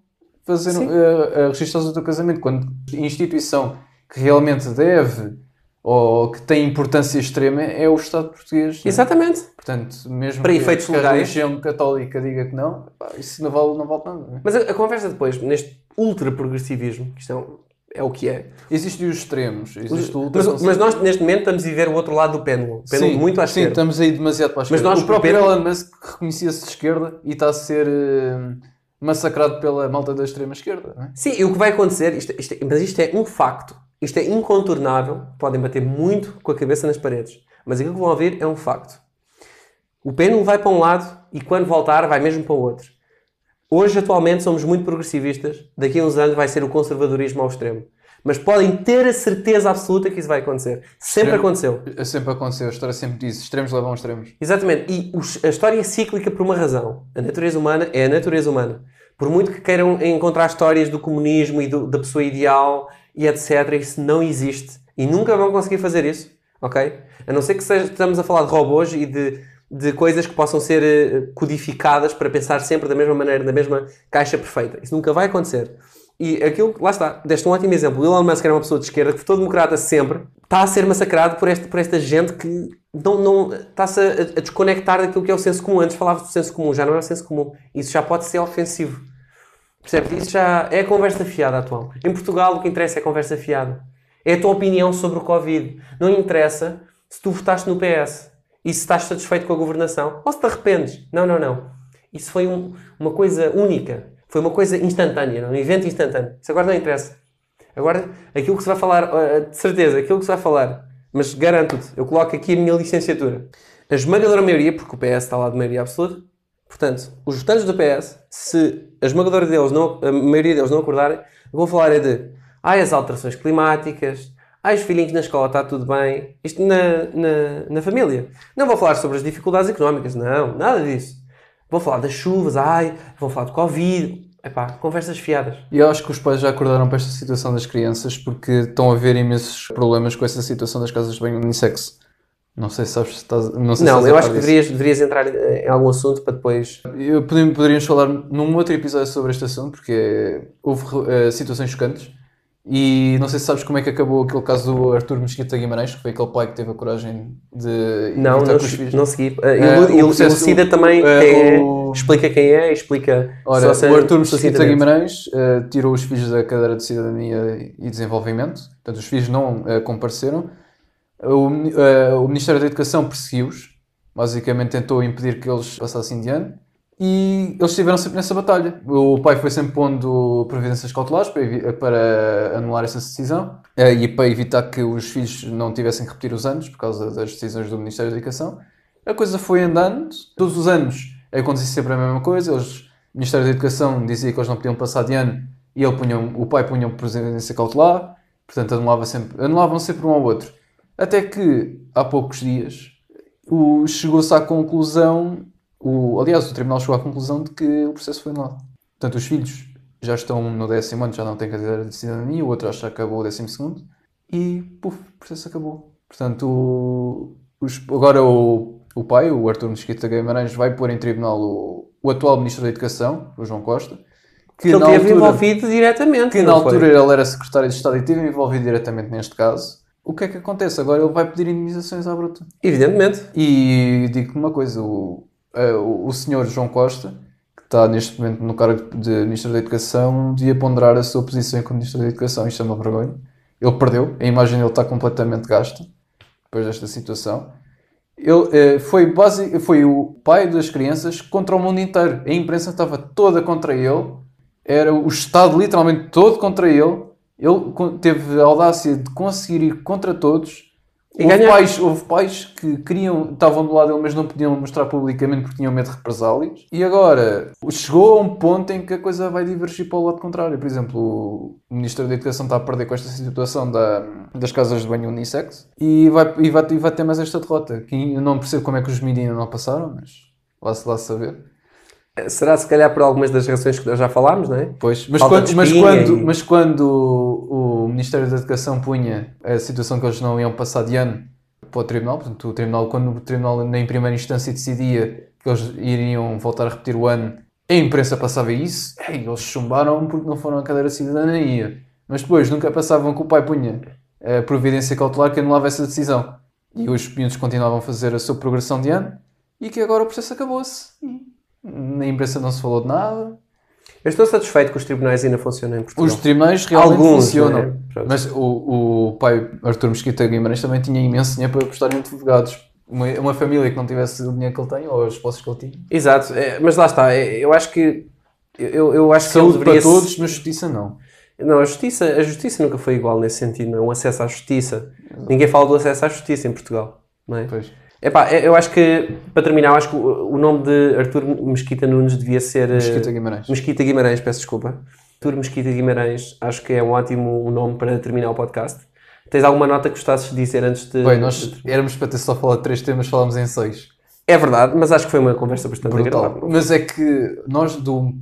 registrar o teu casamento. Quando a instituição que realmente deve ou que tem importância extrema é o Estado português. Exatamente. Portanto, mesmo para efeitos que legais, a religião católica diga que não, isso não vale nada. Não é? Mas a conversa depois, neste ultra-progressivismo, que isto é o que é. Existem os extremos. Mas nós, neste momento, estamos a ver o outro lado do pêndulo. Pêndulo muito à esquerda. Sim, estamos aí demasiado para a esquerda. O próprio Elon Musk reconhecia-se de esquerda e está a ser massacrado pela malta da extrema-esquerda. Não é? Sim, e o que vai acontecer, mas isto é um facto. Isto é incontornável. Podem bater muito com a cabeça nas paredes. Mas aquilo que vão ouvir é um facto. O pêndulo vai para um lado e quando voltar vai mesmo para o outro. Hoje, atualmente, somos muito progressivistas. Daqui a uns anos vai ser o conservadorismo ao extremo. Mas podem ter a certeza absoluta que isso vai acontecer. Sempre aconteceu. Sempre aconteceu. A história sempre diz. Extremos levam a extremos. Exatamente. E a história é cíclica por uma razão. A natureza humana é a natureza humana. Por muito que queiram encontrar histórias do comunismo e da pessoa ideal e etc., isso não existe. E nunca vão conseguir fazer isso. Ok? A não ser que estamos a falar de robôs e de coisas que possam ser codificadas para pensar sempre da mesma maneira, na mesma caixa perfeita. Isso nunca vai acontecer. E aquilo, lá está, deste um ótimo exemplo. O Elon Musk era uma pessoa de esquerda que foi todo democrata sempre, está a ser massacrado por esta gente que não está-se a desconectar daquilo que é o senso comum. Antes falava do senso comum, já não é o senso comum. Isso já pode ser ofensivo. Percebe? Isso já é a conversa fiada atual. Em Portugal o que interessa é a conversa fiada. É a tua opinião sobre o Covid. Não interessa se tu votaste no PS e se estás satisfeito com a governação ou se te arrependes. Não. Isso foi uma coisa única. Foi uma coisa instantânea, um evento instantâneo. Isso agora não interessa. Agora, aquilo que se vai falar, de certeza, aquilo que se vai falar, mas garanto-te, eu coloco aqui a minha licenciatura. A esmagadora maioria, porque o PS está lá de maioria absoluta, portanto, os votantes do PS, se a esmagadora deles, a maioria deles não acordarem, eu vou falar de as alterações climáticas, os filhinhos na escola, está tudo bem, isto na família. Não vou falar sobre as dificuldades económicas, não, nada disso. Vou falar das chuvas, vou falar do Covid, conversas fiadas. E eu acho que os pais já acordaram para esta situação das crianças porque estão a ver imensos problemas com essa situação das casas de banho unissex. Não sei se sabes se estás... Não, eu acho que deverias entrar em algum assunto para depois... Poderíamos falar num outro episódio sobre este assunto porque houve situações chocantes. E não sei se sabes como é que acabou aquele caso do Artur Mesquita Guimarães, que foi aquele pai que teve a coragem de... Não segui. Elucida também explica quem é, explica... Ora, o Artur Mesquita Guimarães tirou os filhos da cadeira de Cidadania e Desenvolvimento, portanto os filhos não compareceram. O Ministério da Educação perseguiu-os, basicamente tentou impedir que eles passassem de ano. E eles estiveram sempre nessa batalha. O pai foi sempre pondo providências cautelares para anular essa decisão e para evitar que os filhos não tivessem que repetir os anos por causa das decisões do Ministério da Educação. A coisa foi andando, todos os anos acontecia sempre a mesma coisa, o Ministério da Educação dizia que eles não podiam passar de ano e o pai punha presidência cautelar, portanto anulavam sempre um ao outro. Até que, há poucos dias, chegou-se à conclusão, aliás, o Tribunal chegou à conclusão de que o processo foi anulado. Portanto, os filhos já estão no 10º ano, já não têm cadeira de cidadania, o outro acho que já acabou o 12º, e, o processo acabou. Portanto, agora o pai, o Artur Mesquita Guimarães, vai pôr em tribunal o atual Ministro da Educação, o João Costa, que ele esteve envolvido diretamente. Que na altura ele era Secretário de Estado e esteve envolvido diretamente neste caso. O que é que acontece? Agora ele vai pedir indemnizações à bruta. Evidentemente. E digo-te uma coisa, o senhor João Costa, que está neste momento no cargo de Ministro da Educação, devia ponderar a sua posição enquanto Ministro da Educação. Isto é uma vergonha. Ele perdeu, a imagem dele está completamente gasta depois desta situação. Ele foi o pai das crianças contra o mundo inteiro. A imprensa estava toda contra ele. Era o Estado literalmente todo contra ele. Ele teve a audácia de conseguir ir contra todos. Houve pais que estavam do lado dele, mas não podiam mostrar publicamente porque tinham medo de represálias. E agora chegou a um ponto em que a coisa vai divergir para o lado contrário. Por exemplo, o Ministro da Educação está a perder com esta situação das casas de banho unissex e vai ter mais esta derrota. Que eu não percebo como é que os mídias ainda não passaram, mas lá saber. Será se calhar por algumas das razões que nós já falámos, não é? Pois, mas quando o Ministério da Educação punha a situação que eles não iam passar de ano para o Tribunal, portanto, quando o Tribunal em primeira instância decidia que eles iriam voltar a repetir o ano, a imprensa passava isso, eles chumbaram porque não foram à cadeira de cidadania. Mas depois nunca passavam que o pai punha a providência cautelar que anulava essa decisão. E os miúdos continuavam a fazer a sua progressão de ano e que agora o processo acabou-se. Na imprensa não se falou de nada. Eu estou satisfeito que os tribunais ainda funcionam em Portugal. Os tribunais realmente funcionam. Né? Mas o pai Artur Mesquita Guimarães também tinha imenso dinheiro para apostar em advogados. Uma família que não tivesse o dinheiro que ele tem ou as posses que ele tinha. Exato, mas lá está. Eu acho que saúde para todos, mas justiça não. Não, a justiça nunca foi igual nesse sentido, não é? Um acesso à justiça. Exato. Ninguém fala do acesso à justiça em Portugal, não é? Pois. Eu acho que, para terminar, eu acho que o nome de Artur Mesquita Nunes devia ser... Mesquita Guimarães. Mesquita Guimarães, peço desculpa. Artur Mesquita Guimarães, acho que é um ótimo nome para terminar o podcast. Tens alguma nota que gostasses de dizer antes de... Bem, nós éramos para ter só falado de 3 temas, falámos em 6. É verdade, mas acho que foi uma conversa bastante agradável. Mas é que nós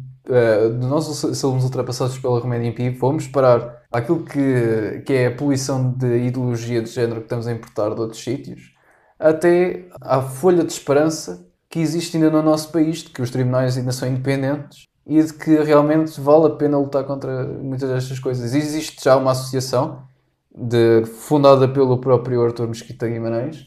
nós somos ultrapassados pela Roménia Impi, vamos parar àquilo que é a poluição de ideologia de género que estamos a importar de outros sítios, até à folha de esperança que existe ainda no nosso país, de que os tribunais ainda são independentes e de que realmente vale a pena lutar contra muitas destas coisas. Existe já uma associação fundada pelo próprio Artur Mesquita Guimarães,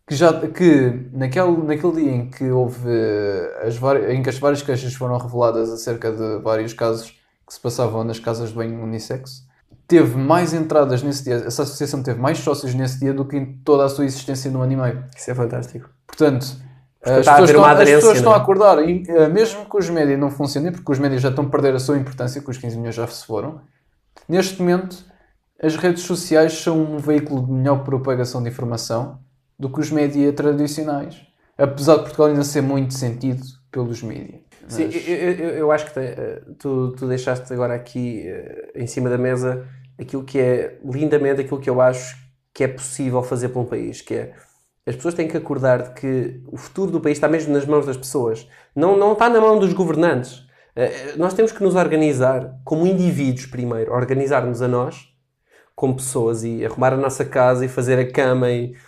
que naquele dia em que em que as várias queixas foram reveladas acerca de vários casos que se passavam nas casas de banho unissex, teve mais entradas nesse dia, essa associação teve mais sócios nesse dia do que em toda a sua existência no ano e meio. Isso é fantástico. Portanto, as pessoas estão a acordar, e, mesmo que os médias não funcionem, porque os médias já estão a perder a sua importância, que os 15 milhões já se foram, neste momento as redes sociais são um veículo de melhor propagação de informação do que os médias tradicionais, apesar de Portugal ainda ser muito sentido pelos médias. Mas... Sim, eu acho que tu deixaste agora aqui em cima da mesa aquilo que é lindamente aquilo que eu acho que é possível fazer para um país, que é as pessoas têm que acordar de que o futuro do país está mesmo nas mãos das pessoas, não está na mão dos governantes. Nós temos que nos organizar como indivíduos primeiro, organizar-nos a nós como pessoas e arrumar a nossa casa e fazer a cama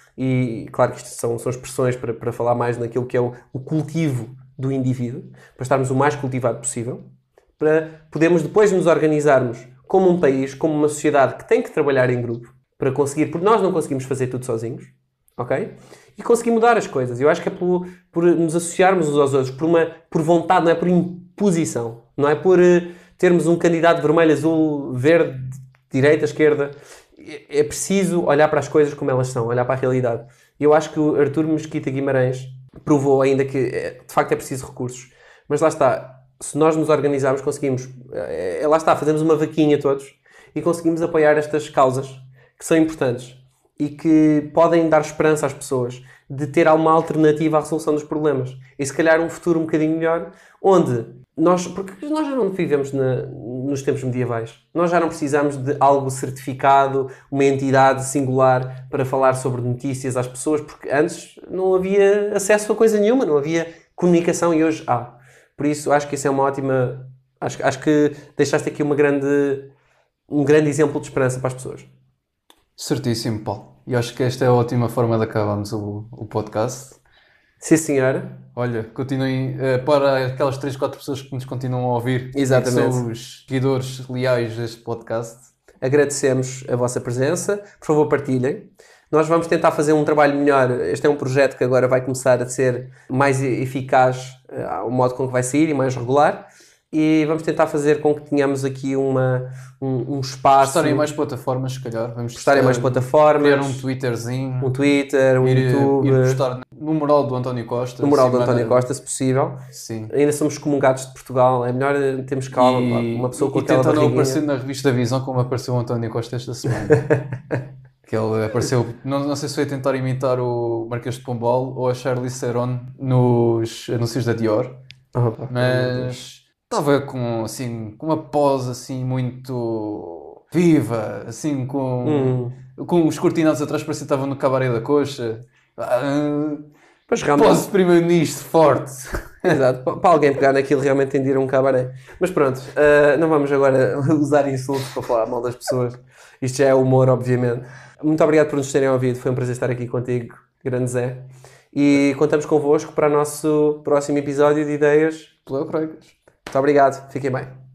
e claro que isto são expressões para falar mais naquilo que é o cultivo do indivíduo, para estarmos o mais cultivado possível, para podermos depois nos organizarmos como um país, como uma sociedade que tem que trabalhar em grupo para conseguir, porque nós não conseguimos fazer tudo sozinhos, ok? E conseguir mudar as coisas. Eu acho que é por nos associarmos uns aos outros, por vontade, não é por imposição, não é por termos um candidato vermelho, azul, verde, direita, esquerda. É preciso olhar para as coisas como elas são, olhar para a realidade. E eu acho que o Artur Mesquita Guimarães provou ainda que de facto é preciso recursos. Mas lá está, se nós nos organizarmos, conseguimos, lá está, fazemos uma vaquinha todos e conseguimos apoiar estas causas que são importantes. e que podem dar esperança às pessoas de ter alguma alternativa à resolução dos problemas. E se calhar um futuro um bocadinho melhor, onde porque nós já não vivemos nos tempos medievais. Nós já não precisamos de algo certificado, uma entidade singular para falar sobre notícias às pessoas, porque antes não havia acesso a coisa nenhuma, não havia comunicação e hoje há. Por isso, acho que isso é uma ótima... Acho que deixaste aqui um grande exemplo de esperança para as pessoas. Certíssimo, Paulo. E acho que esta é a ótima forma de acabarmos o podcast. Sim, senhora. Olha, continuem para aquelas 3, 4 pessoas que nos continuam a ouvir. Exatamente. Que são os seguidores leais deste podcast. Agradecemos a vossa presença. Por favor, partilhem. Nós vamos tentar fazer um trabalho melhor. Este é um projeto que agora vai começar a ser mais eficaz ao modo com que vai sair e mais regular. E vamos tentar fazer com que tenhamos aqui um espaço... Estarem em mais plataformas, se calhar. Vamos estar em mais plataformas. Criar um Twitterzinho. Um Twitter, um YouTube. Ir postar no mural do António Costa. No mural do António Costa, se possível. Sim. Ainda somos comungados de Portugal. É melhor termos calma. Uma pessoa com aquela barriguinha. E tentar não aparecer na revista Visão como apareceu o António Costa esta semana. Que ele apareceu... Não sei se foi tentar imitar o Marquês de Pombal ou a Charlize Theron nos anúncios da Dior. Mas... Estava com uma pose assim muito viva, assim com os cortinados atrás, parecia que estava no cabaré da Coxa. Pois realmente... Pose de primeiro-ministro forte. Exato, para alguém pegar naquilo realmente tem de ir a um cabaré. Mas pronto, não vamos agora usar insultos para falar mal das pessoas. Isto já é humor, obviamente. Muito obrigado por nos terem ouvido, foi um prazer estar aqui contigo, grande Zé. E contamos convosco para o nosso próximo episódio de Ideias Pleocroicas. Muito obrigado. Fiquem bem.